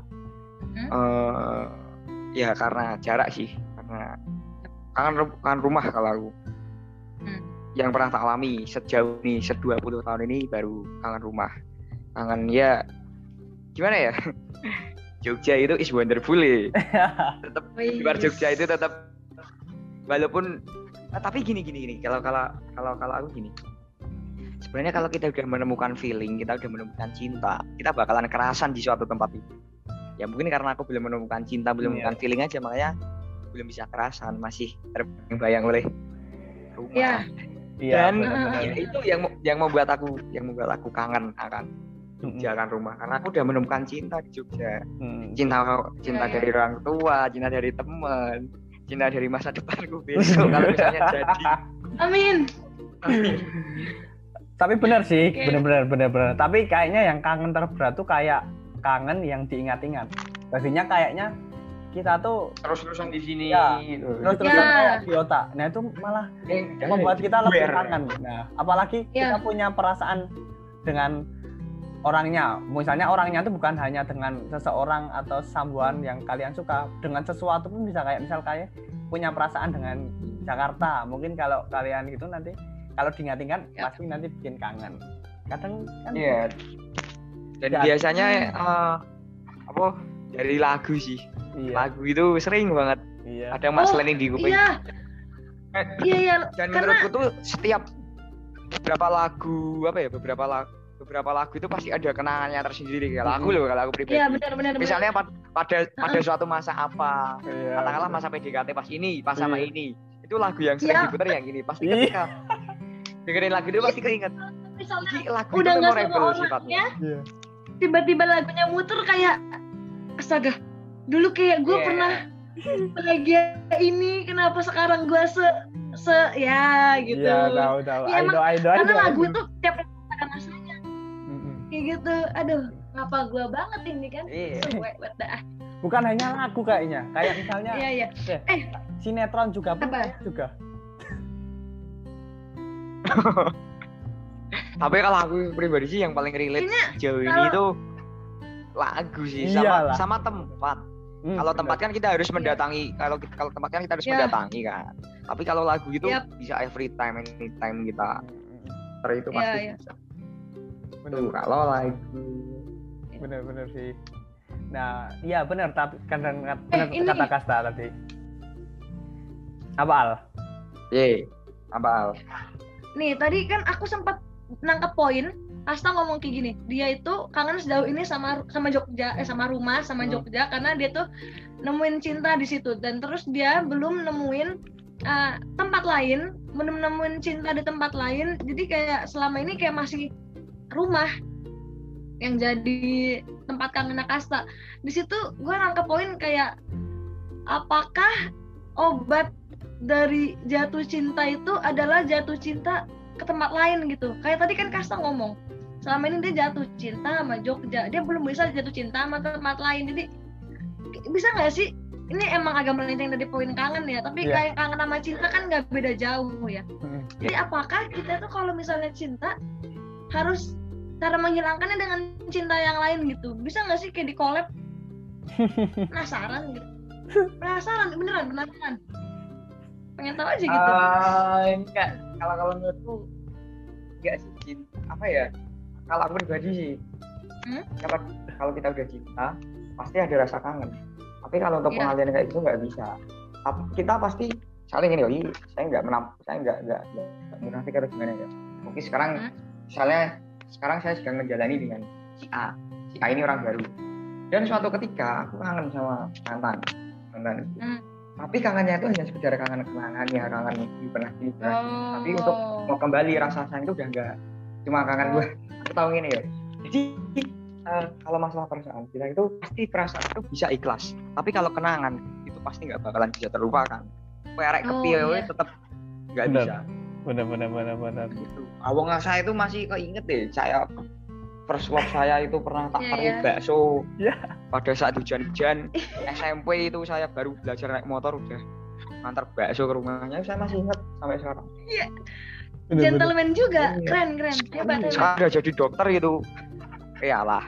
ya karena jarak sih, karena kangen rumah kalau aku. Yang pernah tak alami sejauh ini, 20 tahun ini baru kangen rumah. Kangen ya gimana ya? Jogja itu is wonderful ya. Tetap di luar Jogja itu tetap, walaupun tapi gini. Kalau aku gini. Sebenarnya kalau kita udah menemukan feeling, kita udah menemukan cinta, kita bakalan kerasan di suatu tempat itu. Ya mungkin karena aku belum menemukan cinta, belum menemukan feeling aja, makanya belum bisa kerasan, masih terbayang oleh rumah. Ya. Iya, Dan benar-benar. ya, itu yang membuat aku kangen akan Jogja, kan rumah, karena aku udah menemukan cinta di Jogja. Cinta dari orang tua, cinta dari teman, cinta dari masa depanku besok kalau misalnya jadi. Amin. Tapi benar sih, Oke. benar. Tapi kayaknya yang kangen terberat tuh kayak kangen yang diingat-ingat. Pastinya kayaknya kita tuh Terus-terusan di sini. Ya, gitu. terus-terusan Ya. kayak di otak. Nah itu malah membuat kita lebih kangen. Nah, apalagi kita punya perasaan dengan orangnya. Misalnya orangnya itu bukan hanya dengan seseorang atau someone yang kalian suka, dengan sesuatu pun bisa, kayak misal kayak punya perasaan dengan Jakarta. Mungkin kalau kalian gitu nanti kalau diingat-ingat pasti nanti bikin kangen. Kadang kan Iya. Dan Ya. biasanya dari lagu sih. Iya. Lagu itu sering banget Iya. ada maslening di kuping. Iya. Iya. Dan Karena menurutku tuh setiap beberapa lagu itu pasti ada kenangannya tersendiri. Kalau aku loh, kalau aku pribadi. iya benar. Misalnya pada suatu masa apa, Iya. katakanlah masa PDKT pas sama ini, itu lagu yang sering diputar yang ini. Pasti Iya. ketika dengerin lagu itu pasti keinget. misalnya Jadi lagu udah itu nggak sama memorable sifatnya. orangnya, Iya. tiba-tiba lagunya muter kayak astaga. Dulu kayak gue Iya. pernah bahagia ini, kenapa sekarang gue ya gitu. Iya, tahu. Ya, emang Aido. Karena lagu itu tiap ada masanya Mm-mm. kayak gitu. Aduh, ngapa gue banget ini kan? Iya. Suwe buat dah. Bukan hanya lagu kayaknya, kayak misalnya Iya. sinetron juga pun Apa? juga. Tapi kalau aku pribadi sih yang paling relate jauh ini tuh lagu sih, Iyalah. sama tempat. Kalau tempat kan kita harus mendatangi, kalau tempat kan kita harus Iya. mendatangi kan. Tapi kalau lagu itu Yap. bisa every time, anytime kita itu Iya, pasti iya. bisa. Tuh, kalau lagu Bener sih. Nah, iya bener, tapi kadang bener ini. kata Kasta tadi. Apa Al? Abal. Nih, tadi kan aku sempat nangkep poin. Asta ngomong kayak gini, dia itu kangen sejauh ini sama Jogja, sama rumah, sama Jogja, karena dia tuh nemuin cinta di situ, dan terus dia belum nemuin tempat lain, belum nemuin cinta di tempat lain, jadi kayak selama ini kayak masih rumah yang jadi tempat kangen Asta. Di situ gue nangkep poin kayak apakah obat dari jatuh cinta itu adalah jatuh cinta ke tempat lain gitu. Kayak tadi kan Kasta ngomong, selama ini dia jatuh cinta sama Jogja, dia belum bisa jatuh cinta sama tempat lain. Jadi bisa nggak sih? Ini emang agak melenceng dari poin kangen ya, tapi kayak kangen sama cinta kan nggak beda jauh ya. Jadi apakah kita tuh kalau misalnya cinta harus cara menghilangkannya dengan cinta yang lain gitu? Bisa nggak sih kayak di collab? Penasaran gitu. Penasaran, beneran penasaran. Pengen tahu aja gitu. Enggak. kalau menurutku enggak sih apa ya, kalau aku pribadi sih kalau kita udah cinta pasti ada rasa kangen, tapi kalau untuk pengalian kayak gitu nggak bisa. Tapi kita pasti saling ini, saya nggak munafik harus gimana ya. Mungkin sekarang misalnya saya sedang menjalani dengan si A ini orang baru, dan suatu ketika aku kangen sama mantan itu. Tapi kangennya itu hanya sekedar kangen kenangannya, kangen pernah gini tapi untuk mau kembali rasa sayang itu udah enggak, cuma kangen gue. Aku tahu gini ya, jadi kalau masalah perasaan kita itu pasti perasaan itu bisa ikhlas, tapi kalau kenangan itu pasti nggak bakalan bisa terlupakan. Perek kepiye tetap nggak bisa. Benar. Gitu. Awang saya itu masih keinget deh, saya first love saya itu pernah tak tarik bakso. Pada saat hujan-hujan SMP itu saya baru belajar naik motor, udah ngantar bakso ke rumahnya, saya masih ingat sampai sekarang. Gentleman juga, keren. Hebat. Saya udah jadi dokter gitu. Iyalah.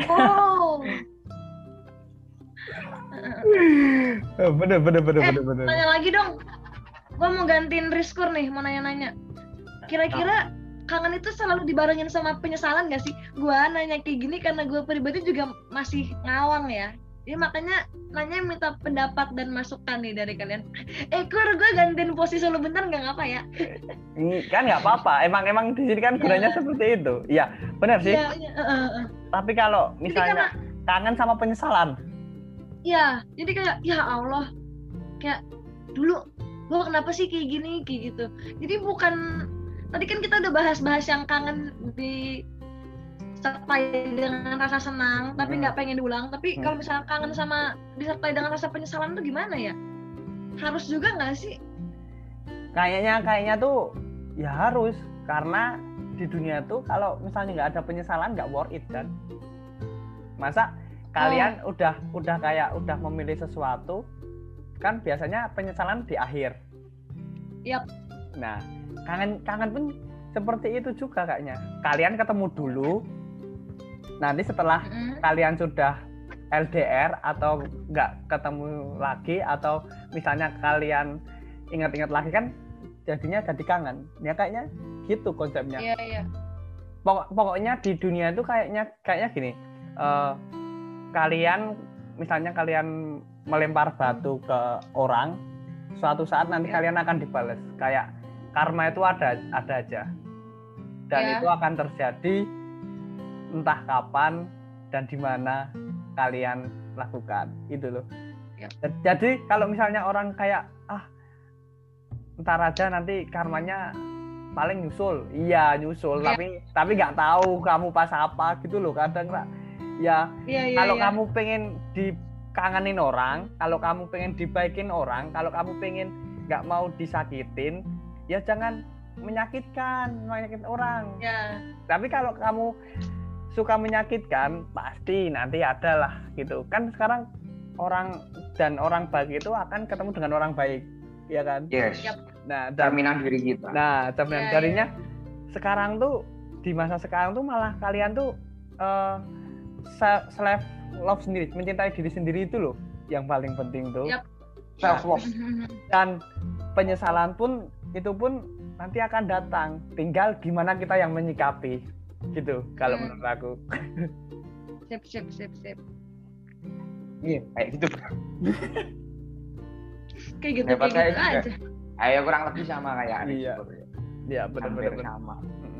Bener. Tanya lagi dong. Gua mau gantiin Rizkur nih, mau nanya-nanya. Kira-kira kangen itu selalu dibarengin sama penyesalan gak sih? Gua nanya kayak gini karena gua pribadi juga masih ngawang ya. Jadi makanya nanya minta pendapat dan masukan nih dari kalian. Kur, gua gantiin posisi lu bentar nggak apa ya? Kan nggak apa-apa. Emang di sini kan gunanya seperti itu. Iya, benar sih. Tapi kalau misalnya kangen sama penyesalan. Iya, jadi kayak ya Allah, kayak dulu gue kenapa sih kayak gini, kayak gitu. Jadi bukan, tadi kan kita udah bahas yang kangen disertai dengan rasa senang tapi nggak pengen diulang. Tapi kalau misalnya kangen sama disertai dengan rasa penyesalan tuh gimana ya? Harus juga nggak sih? Kayaknya tuh ya harus, karena di dunia tuh kalau misalnya nggak ada penyesalan nggak worth it kan. Masa kalian udah memilih sesuatu kan, biasanya penyesalan di akhir. Nah, kangen pun seperti itu juga kayaknya. Kalian ketemu dulu, nanti setelah kalian sudah LDR atau nggak ketemu lagi, atau misalnya kalian ingat-ingat lagi kan, jadinya jadi kangen. Ya kayaknya gitu konsepnya. Pokoknya di dunia itu kayaknya gini. Kalian melempar batu ke orang, suatu saat nanti kalian akan dibalas. Kayak karma itu ada aja, dan itu akan terjadi entah kapan dan di mana kalian lakukan itu loh. Jadi kalau misalnya orang kayak ntar aja nanti karmanya paling nyusul, tapi nggak tahu kamu pas apa gitu loh kadang lah. Kalau kamu pengen dikangenin orang, kalau kamu pengen dibaikin orang, kalau kamu pengen nggak mau disakitin, ya jangan menyakitkan orang. Tapi kalau kamu suka menyakitkan, pasti nanti ada lah gitu kan. Sekarang orang baik itu akan ketemu dengan orang baik, ya kan? Nah, cerminan diri kita. Nah, cerminan dirinya sekarang tuh, di masa sekarang tuh malah kalian tuh self love sendiri, mencintai diri sendiri itu loh yang paling penting tuh. Self love. Dan penyesalan pun nanti akan datang, tinggal gimana kita yang menyikapi gitu kalau menurut aku. Sip. Iya, kayak gitu. Kayak gitu aja. Ayo kurang lebih sama kayak Iya. Iya, benar-benar sama.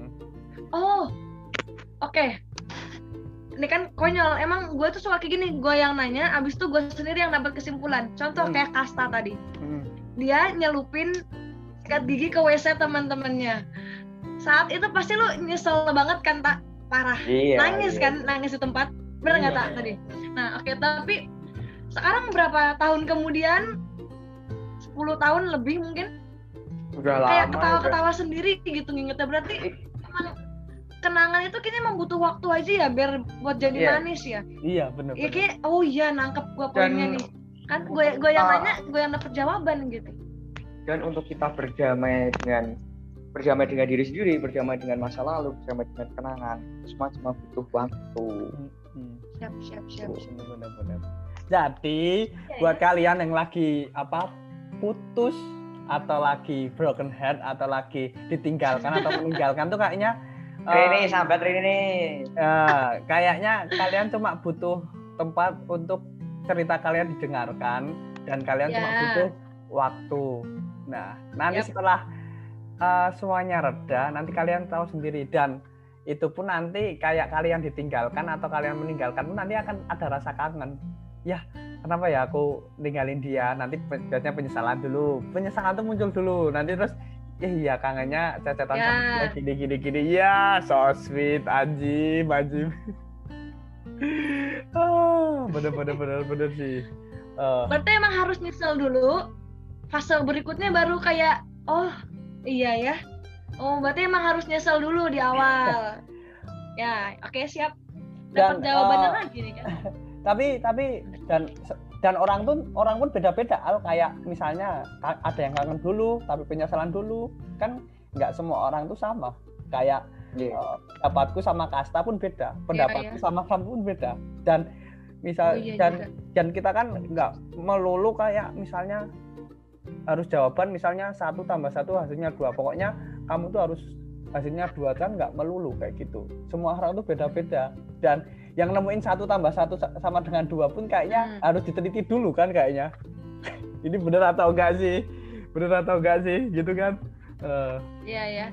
Oke. Ini kan konyol, emang gue tuh suka kayak gini, gue yang nanya, abis itu gue sendiri yang dapat kesimpulan. Contoh kayak Kasta tadi, dia nyelupin sikat gigi ke WC teman-temannya. Saat itu pasti lu nyesel banget kan, tak? Parah. Nangis di tempat, bener nggak tak tadi? Nah, tapi sekarang berapa tahun kemudian, 10 tahun lebih mungkin, udah kayak lama, ketawa-ketawa sendiri gitu ngingetnya. Berarti emang kenangan itu kayaknya membutuh waktu aja ya biar buat jadi manis ya. Iya, benar. Iya kayak nangkep gua poinnya nih. Kan gue yang nanya, gue yang dapet jawaban gitu. Dan untuk kita berdamai dengan diri sendiri, berdamai dengan masa lalu, berdamai dengan kenangan, itu semua cuma butuh waktu. Siap. Benar. Jadi buat kalian yang lagi putus atau lagi broken heart atau lagi ditinggalkan atau meninggalkan tuh kayaknya Rini, sahabat Rini. kayaknya kalian cuma butuh tempat untuk cerita kalian didengarkan dan kalian cuma butuh waktu. Nah, nanti setelah semuanya reda, nanti kalian tahu sendiri dan itu pun nanti kayak kalian ditinggalkan atau kalian meninggalkan pun nanti akan ada rasa kangen. Ya, kenapa ya aku ninggalin dia? Nanti biasanya penyesalan dulu. Penyesalan tuh muncul dulu. Nanti terus iya kangennya cecetan sama dia gini. Ya, so sweet anjim. Bener sih. Berarti emang harus nyesel dulu. Fase berikutnya baru kayak oh iya ya. Oh berarti emang harus nyesel dulu di awal. Ya, oke, siap. Dapat jawabannya lagi nih kan. Tapi dan orang pun beda-beda. Kayak misalnya ada yang kangen dulu tapi penyesalan dulu, kan nggak semua orang tuh sama. Kayak pendapatku sama Kasta pun beda, pendapatku sama kamu pun beda. Dan dan kita kan nggak melulu kayak misalnya harus jawaban misalnya 1 + 1 hasilnya 2. Pokoknya kamu tuh harus hasilnya 2 kan, nggak melulu kayak gitu. Semua orang tuh beda-beda dan yang nemuin 1 + 1 sama dengan 2 pun kayaknya harus diteliti dulu kan kayaknya. Ini bener atau enggak sih? Gitu kan? Iya.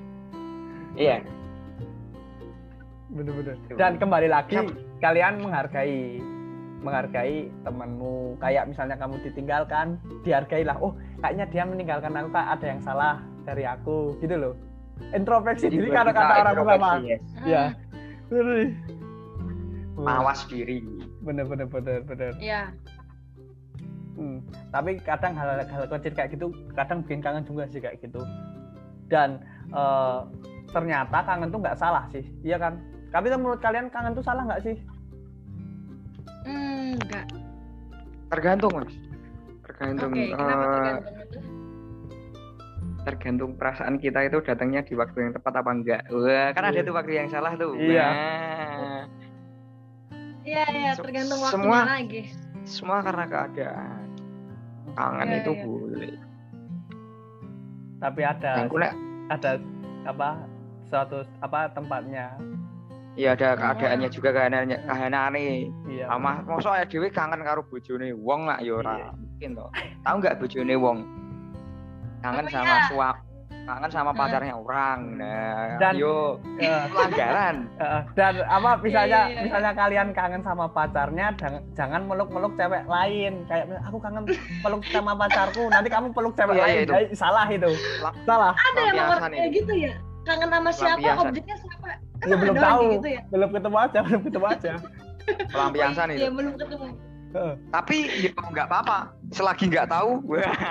Bener. Dan kembali lagi kalian menghargai temanmu. Kayak misalnya kamu ditinggalkan, dihargailah. Oh, kayaknya dia meninggalkan aku, ada yang salah dari aku, gitu loh. Introspeksi diri karena kata orang pertama. Ya. Bener. Mawas diri. Bener. Iya. Tapi kadang hal kecil kayak gitu kadang bikin kangen juga sih kayak gitu. Dan ternyata kangen tuh nggak salah sih, iya kan? Tapi menurut kalian kangen tuh salah nggak sih? Enggak. Tergantung, Mas. Tergantung. Kenapa tergantung itu? Tergantung perasaan kita itu datangnya di waktu yang tepat apa enggak. Wah, kan ada tuh waktu yang salah tuh. Iya. Iya, tergantung waktunya lagi. Semua karena keadaan. Kangen itu boleh. Tapi ada suatu tempatnya. Iya, ada keadaannya juga, kahanane. Iya. Mosok ya dhewe kangen karo bojone wong lah ya ora mungkin to. Tahu enggak bojone wong? Kangen sama pacarnya orang. Nah, dan pelanggaran. Dan misalnya kalian kangen sama pacarnya, jangan meluk-meluk cewek lain. Kayak aku kangen peluk sama pacarku, nanti kamu peluk cewek lain. Salah itu. Salah. Ada yang orang kayak gitu ya? Kangen sama siapa, objeknya siapa? Ya belum tahu. Gitu ya? Belum ketemu aja. Pelampiasan itu. Iya, belum ketemu. Tapi ya nggak apa-apa. Selagi nggak tahu,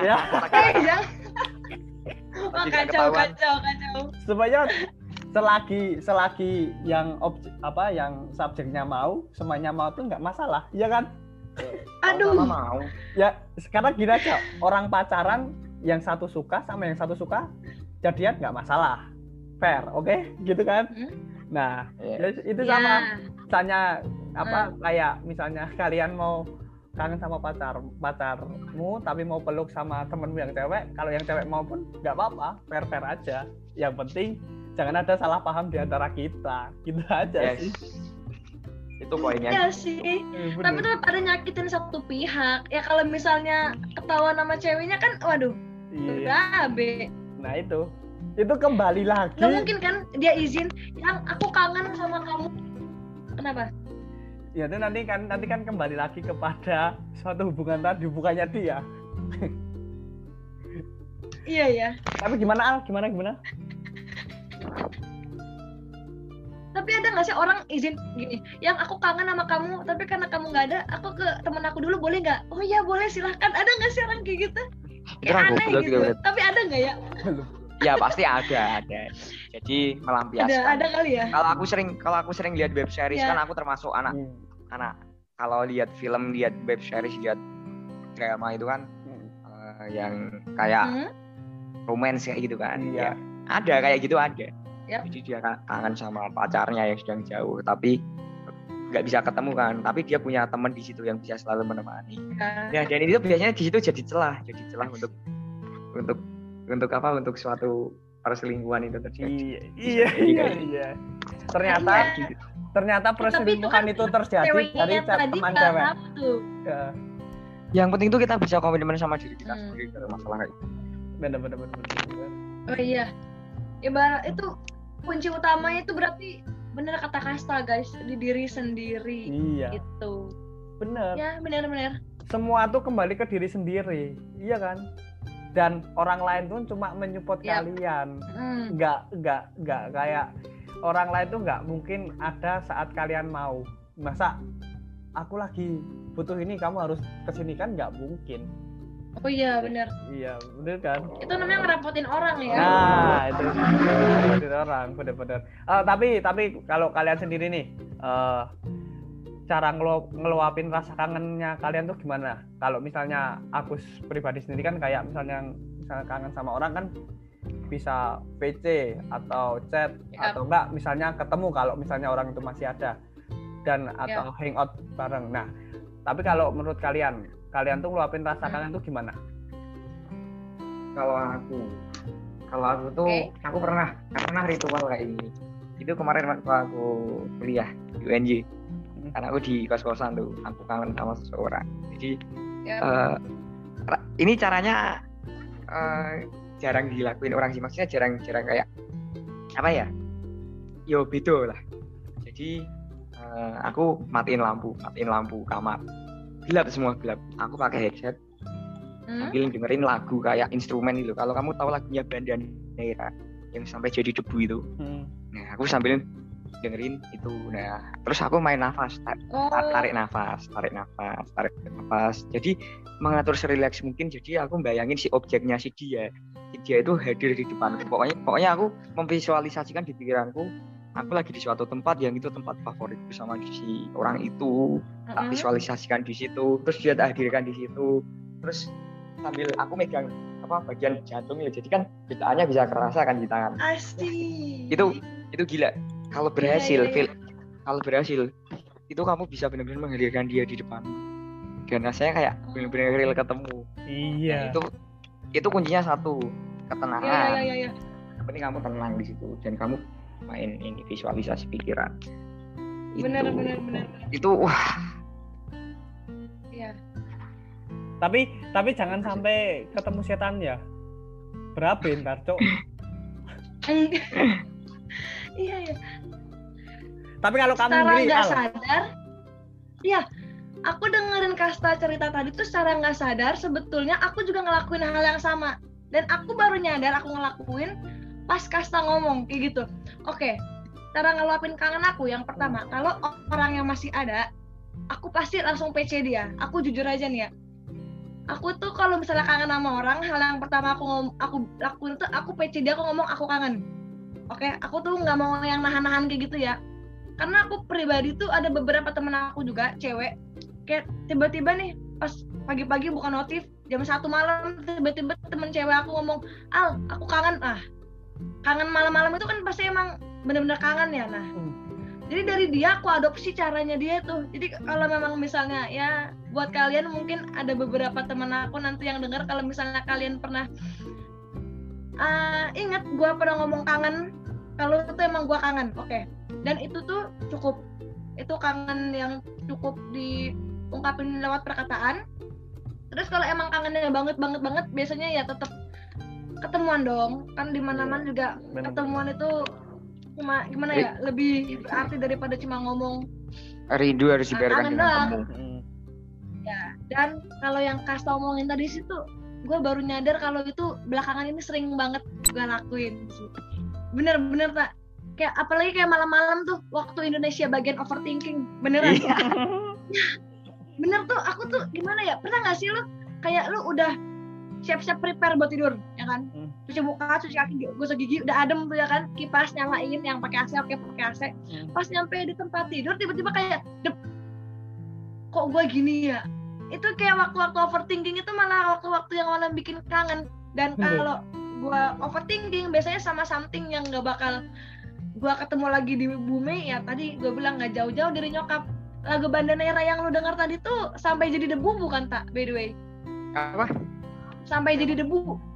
kacau. Sebenarnya selagi yang subjeknya mau, semuanya mau tuh nggak masalah, iya kan? Aduh. Mau. Ya sekarang gini aja, orang pacaran yang satu suka sama yang satu suka jadian nggak masalah, fair, oke? Gitu kan? Nah, itu sama misalnya kayak misalnya kalian mau kangen sama pacarmu tapi mau peluk sama temenmu yang cewek, kalau yang cewek mau pun nggak apa-apa, fair aja. Yang penting jangan ada salah paham di antara kita, gitu aja sih. Itu poinnya. Iya sih. Tapi tetap ada nyakitin satu pihak. Ya kalau misalnya ketahuan sama ceweknya kan, waduh, berabe. Nah itu kembali lagi. Nggak mungkin kan dia izin, yang aku kangen sama kamu. Kenapa? Ya itu nanti kan kembali lagi kepada suatu hubungan tadi, bukannya dia. Iya ya. Tapi gimana? Tapi ada nggak sih orang izin gini, yang aku kangen sama kamu, tapi karena kamu nggak ada, aku ke temen aku dulu boleh nggak? Oh iya boleh, silahkan. Ada nggak sih orang kayak gitu? Kayak aneh gitu. Tapi ada nggak ya? Ya pasti ada. Jadi melampiaskan. Ada kali ya. Kalau aku sering lihat web series kan aku termasuk anak kalau lihat film, lihat web series, lihat drama itu kan yang kayak romance kayak gitu kan. Iya. Ya, ada kayak gitu ada. Yep. Jadi dia kangen sama pacarnya yang sedang jauh tapi nggak bisa ketemu kan. Tapi dia punya teman di situ yang bisa selalu menemani. Ya dan itu biasanya di situ jadi celah untuk untuk suatu perselingkuhan itu terjadi. Iya. Ternyata perselingkuhan itu terjadi dari teman cewek. Ya. Yang penting itu kita bisa komitmen sama diri kita sendiri dalam masalah itu. Benar. Oh iya. Ibarat itu kunci utamanya itu berarti benar kata Kasta guys, di diri sendiri. Iya. Itu. Benar. Ya, benar. Semua tuh kembali ke diri sendiri. Iya kan? Dan orang lain tuh cuma menyupport kalian. Nggak kayak orang lain tuh nggak mungkin ada saat kalian mau. Masa aku lagi butuh ini kamu harus kesini, kan nggak mungkin. Oh iya benar. Iya benar kan. Itu namanya ngerepotin orang ya. Nah itu ngerepotin orang benar. Tapi kalau kalian sendiri nih, cara ngeluapin rasa kangennya kalian tuh gimana? Kalau misalnya aku pribadi sendiri kan kayak misalnya kangen sama orang kan bisa PC atau chat atau enggak misalnya ketemu kalau misalnya orang itu masih ada dan atau hangout bareng. Nah, tapi kalau menurut kalian tuh ngeluapin rasa kangen tuh gimana? Kalau aku tuh aku pernah ritual kayak ini. Itu kemarin waktu aku kuliah di UNJ. Karena aku di kos-kosan tuh, aku kangen sama seseorang. Jadi ini caranya jarang dilakuin orang sih, maksudnya jarang kayak apa ya? Yo beda lah. Jadi aku matiin lampu kamar. Gelap. Aku pakai headset. Sambil dengerin lagu kayak instrumen gitu. Kalau kamu tahu lagunya Bandanera yang sampai jadi debu itu. Nah, aku sambil dengerin itu. Nah, terus aku main nafas, tarik nafas. Jadi mengatur serileks mungkin. Jadi aku bayangin si objeknya si dia itu hadir di depanku. Pokoknya aku memvisualisasikan di pikiranku aku lagi di suatu tempat yang itu tempat favoritku sama si orang itu. Tak visualisasikan di situ, terus dia tak hadirkan di situ. Terus sambil aku megang bagian jantung ya. Jadi kan getarannya bisa kerasa kan di tangan. Asik. Itu gila. Kalau berhasil, kalau berhasil, itu kamu bisa benar-benar menghadirkan dia di depan. Dan rasanya kayak benar-benar real ketemu. Iya. Nah, itu kuncinya satu, ketenangan. Iya. Yang penting kamu tenang di situ dan kamu main ini visualisasi pikiran. Benar. Itu wah. Iya. Tapi jangan sampai ketemu setan ya. Berabe ntar, Cok. Iya. Tapi kalau kamu secara sendiri nggak sadar, iya, aku dengerin Kasta cerita tadi tuh secara nggak sadar sebetulnya aku juga ngelakuin hal yang sama. Dan aku baru nyadar aku ngelakuin pas Kasta ngomong kayak gitu. Oke, cara ngeluapin kangen aku yang pertama, kalau orang yang masih ada, aku pasti langsung PC dia. Aku jujur aja nih ya. Aku tuh kalau misalnya kangen sama orang, hal yang pertama aku lakuin tuh aku PC dia, aku ngomong aku kangen. Oke, aku tuh nggak mau yang nahan-nahan kayak gitu ya. Karena aku pribadi tuh ada beberapa temen aku juga cewek, kayak tiba-tiba nih pas pagi-pagi buka notif jam 1 malam tiba-tiba temen cewek aku ngomong, Al, aku kangen. Kangen malam-malam itu kan pasti emang bener-bener kangen ya. Nah, jadi dari dia aku adopsi caranya dia tuh. Jadi kalau memang misalnya ya buat kalian mungkin ada beberapa teman aku nanti yang dengar, kalau misalnya kalian pernah ingat gue pernah ngomong kangen, kalau itu emang gue kangen, oke. Dan itu tuh cukup, itu kangen yang cukup diungkapin lewat perkataan. Terus kalau emang kangennya banget biasanya ya tetap ketemuan dong, kan di mana-mana juga ketemuan itu cuma gimana ya, lebih berarti daripada cuma ngomong. Rindu harus dibiarkan dengan temu. Ya, dan kalau yang Kasta omongin tadi situ, gue baru nyadar kalau itu belakangan ini sering banget gue lakuin sih. Bener tak? Kayak apalagi kayak malam-malam tuh waktu Indonesia bagian overthinking, beneran. Bener tuh, aku tuh gimana ya, pernah nggak sih lu kayak lu udah siap-siap prepare buat tidur, ya kan? Cuci muka, cuci kaki, gosok gigi, udah adem tuh ya kan? Kipas nyalain, yang pakai AC, oke pakai AC. Pas nyampe di tempat tidur, tiba-tiba kayak, kok gue gini ya? Itu kayak waktu-waktu overthinking itu malah waktu-waktu yang malah bikin kangen. Dan kalau gue overthinking biasanya sama something yang nggak bakal gue ketemu lagi di bumi, ya tadi gue bilang nggak jauh-jauh dari nyokap. Lagu Bandanera yang lu dengar tadi tuh sampai jadi debu bukan tak, by the way? Apa? Sampai jadi debu.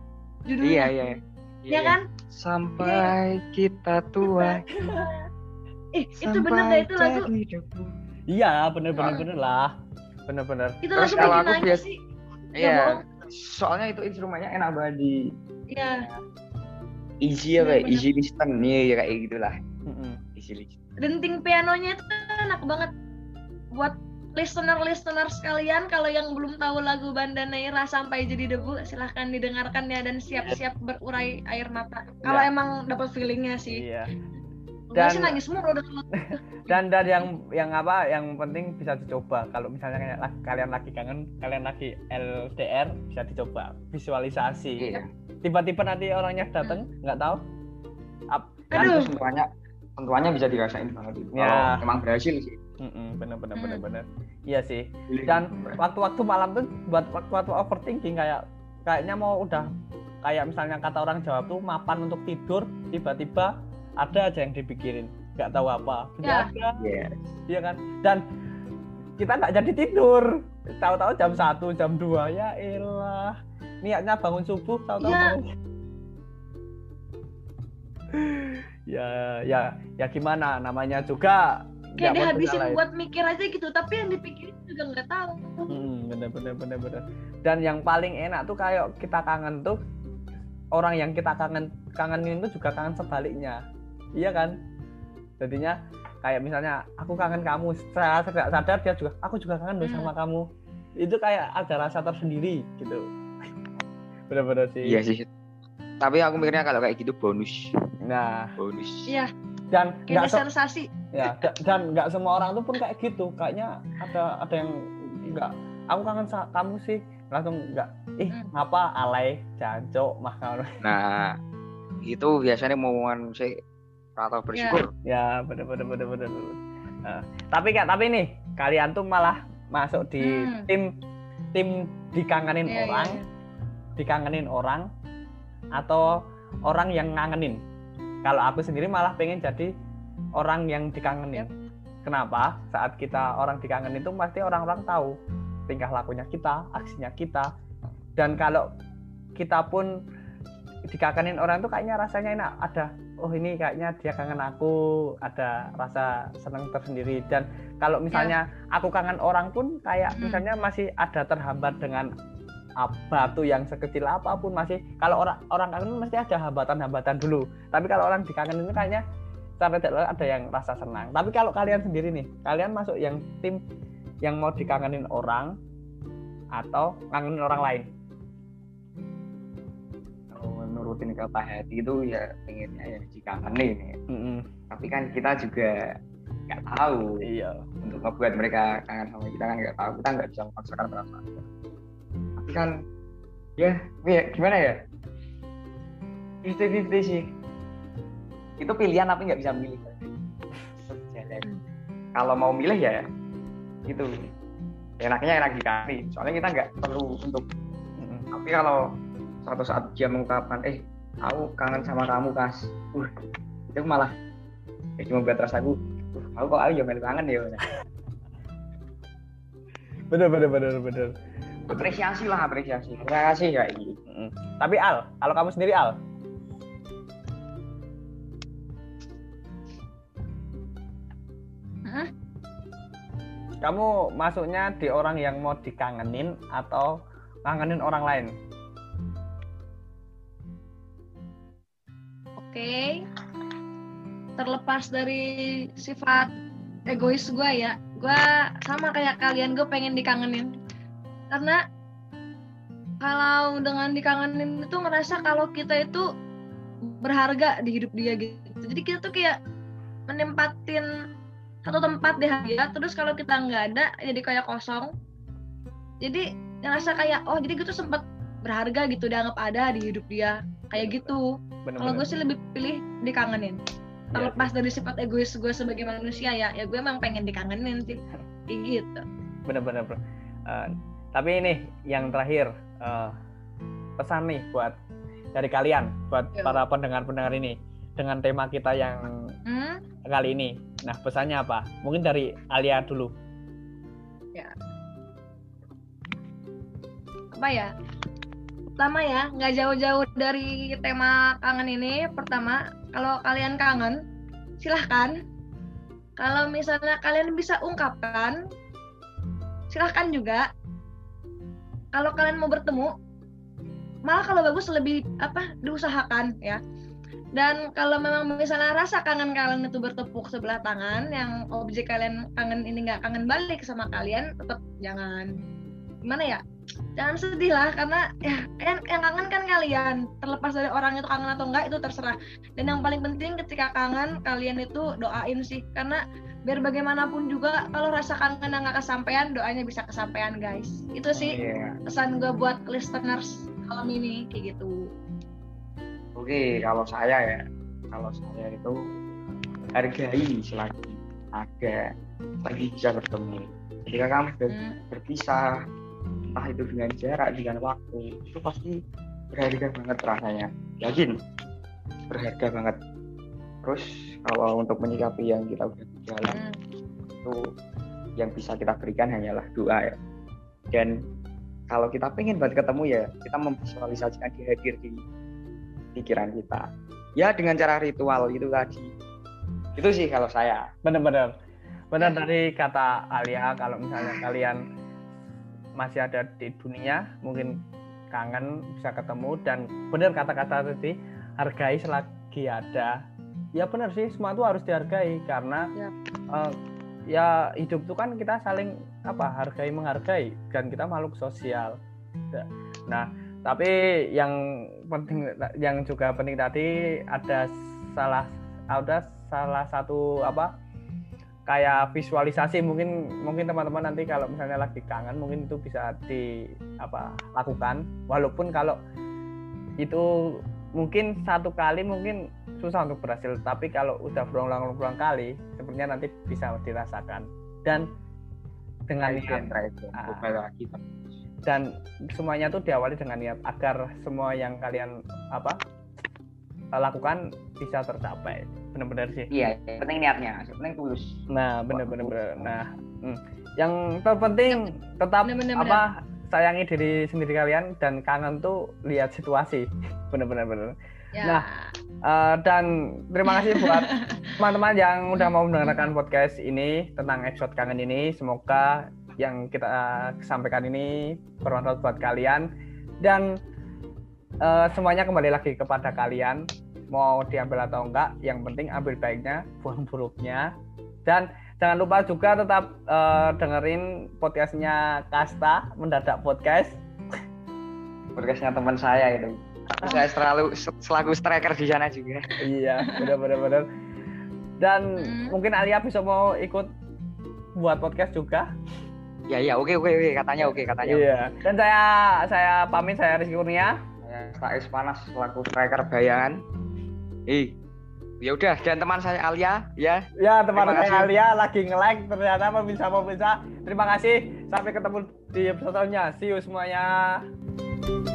judulnya. Iya. Iya kan? Sampai kita tua. Itu bener dah itu lagu. Iya, bener lah. Bener. Itu Terus lagu kalau bikin aku nangis bias- sih. Iya. bohong. Soalnya itu instrumennya enak banget di Iya. easy ya kayak Bener-bener. easy listen ya kayak gitulah. Mm-mm. Easy listen. Denting pianonya itu enak banget buat listener sekalian. Kalau yang belum tahu lagu Banda Neira Sampai Jadi Debu, silahkan didengarkan ya dan siap-siap berurai air mata. Kalau Ya. emang dapat feelingnya sih. Iya. Gue Dan- sih nangis mulu udah. Dan yang penting bisa dicoba. Kalau misalnya kayak kalian lagi kangen, kalian lagi LDR, bisa dicoba visualisasi. Iya. Tiba-tiba nanti orangnya datang, nggak tahu. Kan? Aduh. Terus sentuhannya bisa dirasain banget itu. Ya. Kalau emang berhasil sih. Bener. Iya sih. Dan waktu-waktu malam tuh buat waktu-waktu overthinking kayaknya mau udah kayak misalnya kata orang Jawa tuh mapan untuk tidur, tiba-tiba ada aja yang dipikirin, nggak tahu apa. Ya. Ada. Iya. Iya kan? Dan kita nggak jadi tidur. Tahu-tahu jam 1, jam 2, ya elah. Niatnya bangun subuh, tahu-tahu Ya. bangun. Ya gimana? Namanya juga Kayak nggak mau dihabisin disalahin. buat mikir aja gitu, tapi yang dipikirin juga nggak tahu. Bener. Dan yang paling enak tuh kayak kita kangen tuh orang yang kita kangenin tuh juga kangen sebaliknya. Iya kan? Jadinya kayak misalnya aku kangen kamu, secara sadar dia juga, aku juga kangen loh sama kamu. Itu kayak ada rasa tersendiri gitu. Bener-bener sih. Iya sih. Tapi aku mikirnya kalau kayak gitu bonus. Nah, Iya, dan kayak nggak ada sensasi. dan nggak semua orang tuh pun kayak gitu. Kayaknya ada yang nggak, aku kangen sama kamu sih, langsung nggak, ngapa alay jancok mah kamu. Nah, itu biasanya momongan sih atau bersyukur. Ya, bener. Nah, tapi nih, kalian tuh malah masuk di tim dikangenin Iya, orang, iya. dikangenin orang, atau orang yang ngangenin. Kalau aku sendiri malah pengen jadi orang yang dikangenin. Kenapa? Saat kita orang dikangenin itu pasti orang-orang tahu tingkah lakunya kita, aksinya kita. Dan kalau kita pun dikangenin orang itu kayaknya rasanya enak. Ada, oh ini kayaknya dia kangen aku, ada rasa senang tersendiri. Dan kalau misalnya aku kangen orang pun kayak misalnya masih ada terhambat dengan batu yang sekecil apapun, masih kalau orang kangen mesti ada hambatan-hambatan dulu. Tapi kalau orang dikangenin itu kayaknya secara tidak ada yang rasa senang. Tapi kalau kalian sendiri nih, kalian masuk yang tim yang mau dikangenin orang atau kangenin orang lain? Kalau nurutin kata hati itu ya pengennya ya dikangenin ya. Tapi kan kita juga nggak tahu. Iya. Untuk ngebuat mereka kangen sama kita kan nggak tahu. Kita nggak bisa memaksakan perasaan. Tapi kan ya gimana ya? 50-50 sih. Itu pilihan tapi nggak bisa milih. Kalau mau milih ya gitu. Enaknya enak dikasih. Soalnya kita nggak perlu untuk. Tapi kalau suatu saat dia mengungkapkan, aku kangen sama kamu Kas. Itu malah cuma buat rasaku. Aku kok ya melu kangen ya. Bener. Apresiasi. Terima kasih ya ini. Tapi Al, kalau kamu sendiri Al? Kamu masuknya di orang yang mau dikangenin atau kangenin orang lain? Oke. Terlepas dari sifat egois gue ya, gue sama kayak kalian, gue pengen dikangenin. Karena kalau dengan dikangenin itu ngerasa kalau kita itu berharga di hidup dia gitu. Jadi kita tuh kayak menempatin satu tempat di hati dia, terus kalau kita nggak ada jadi kayak kosong. Jadi ngerasa kayak jadi gue tuh sempat berharga gitu, dianggap ada di hidup dia kayak gitu. Kalau gue sih lebih pilih dikangenin. Terlepas dari sifat egois gue sebagai manusia ya gue emang pengen dikangenin sih kayak gitu. Bener bro. Tapi ini yang terakhir, pesan nih buat dari kalian, buat para pendengar ini dengan tema kita yang kali ini. Nah, pesannya apa? Mungkin dari Alia dulu. Ya. Apa ya? Pertama ya, nggak jauh-jauh dari tema kangen ini. Pertama, kalau kalian kangen, silahkan. Kalau misalnya kalian bisa ungkapkan, silahkan juga. Kalau kalian mau bertemu, malah kalau bagus lebih diusahakan ya. Dan kalau memang misalnya rasa kangen kalian itu bertepuk sebelah tangan, yang objek kalian kangen ini nggak kangen balik sama kalian, tetap jangan, gimana ya, jangan sedih lah, karena ya yang kangen kan kalian, terlepas dari orang itu kangen atau enggak itu terserah. Dan yang paling penting ketika kangen, kalian itu doain sih, karena biar bagaimanapun juga kalau rasa kangen yang nggak kesampaian, doanya bisa kesampaian guys. Itu sih pesan gue buat listeners malam ini kayak gitu. Oke, kalau saya itu hargai selagi ada, lagi bisa bertemu. Ketika kamu berpisah, entah itu dengan jarak, dengan waktu, itu pasti berharga banget rasanya. Yakin, berharga banget. Terus kalau untuk menyikapi yang kita udah berjalan, itu yang bisa kita berikan hanyalah doa ya. Dan kalau kita pengen banget ketemu ya, kita memvisualisasikan dia hadir di pikiran kita. Ya dengan cara ritual itu tadi. Itu sih kalau saya. Benar dari kata Alia, kalau misalnya kalian masih ada di dunia, mungkin kangen bisa ketemu, dan benar kata-kata tadi, hargai selagi ada. Ya benar sih, semua itu harus dihargai karena ya hidup itu kan kita saling hargai menghargai, dan kita makhluk sosial. Nah, tapi yang juga penting tadi ada salah satu kayak visualisasi, mungkin teman-teman nanti kalau misalnya lagi kangen mungkin itu bisa lakukan, walaupun kalau itu mungkin satu kali mungkin susah untuk berhasil, tapi kalau udah berulang-ulang kali sepertinya nanti bisa dirasakan. Dan dengan niat dan semuanya tuh diawali dengan niat agar semua yang kalian lakukan bisa tercapai. Benar-benar sih. Iya, penting niatnya, penting tulus. Nah, benar. Nah, yang terpenting tetap sayangi diri sendiri kalian, dan kangen tuh lihat situasi. Benar. Ya. Nah, dan terima kasih buat teman-teman yang udah mau mendengarkan podcast ini tentang episode kangen ini. Semoga yang kita sampaikan ini bermanfaat buat kalian, dan semuanya kembali lagi kepada kalian, mau diambil atau enggak, yang penting ambil baiknya, buang buruknya. Dan jangan lupa juga tetap dengerin podcastnya Kasta, Mendadak Podcast, podcastnya teman saya itu. Saya selaku striker di sana juga. Iya, benar. Dan mungkin Alia bisa mau ikut buat podcast juga. Ya, oke, katanya. Iya. Dan saya pamit, saya Rizky Kurnia. Saya Faiz Panas selaku striker bayangan. Ya udah, dan teman saya Alia ya. Ya, teman saya Alia lagi nge-like ternyata pemirsa. Terima kasih. Sampai ketemu di episode selanjutnya. See you semuanya.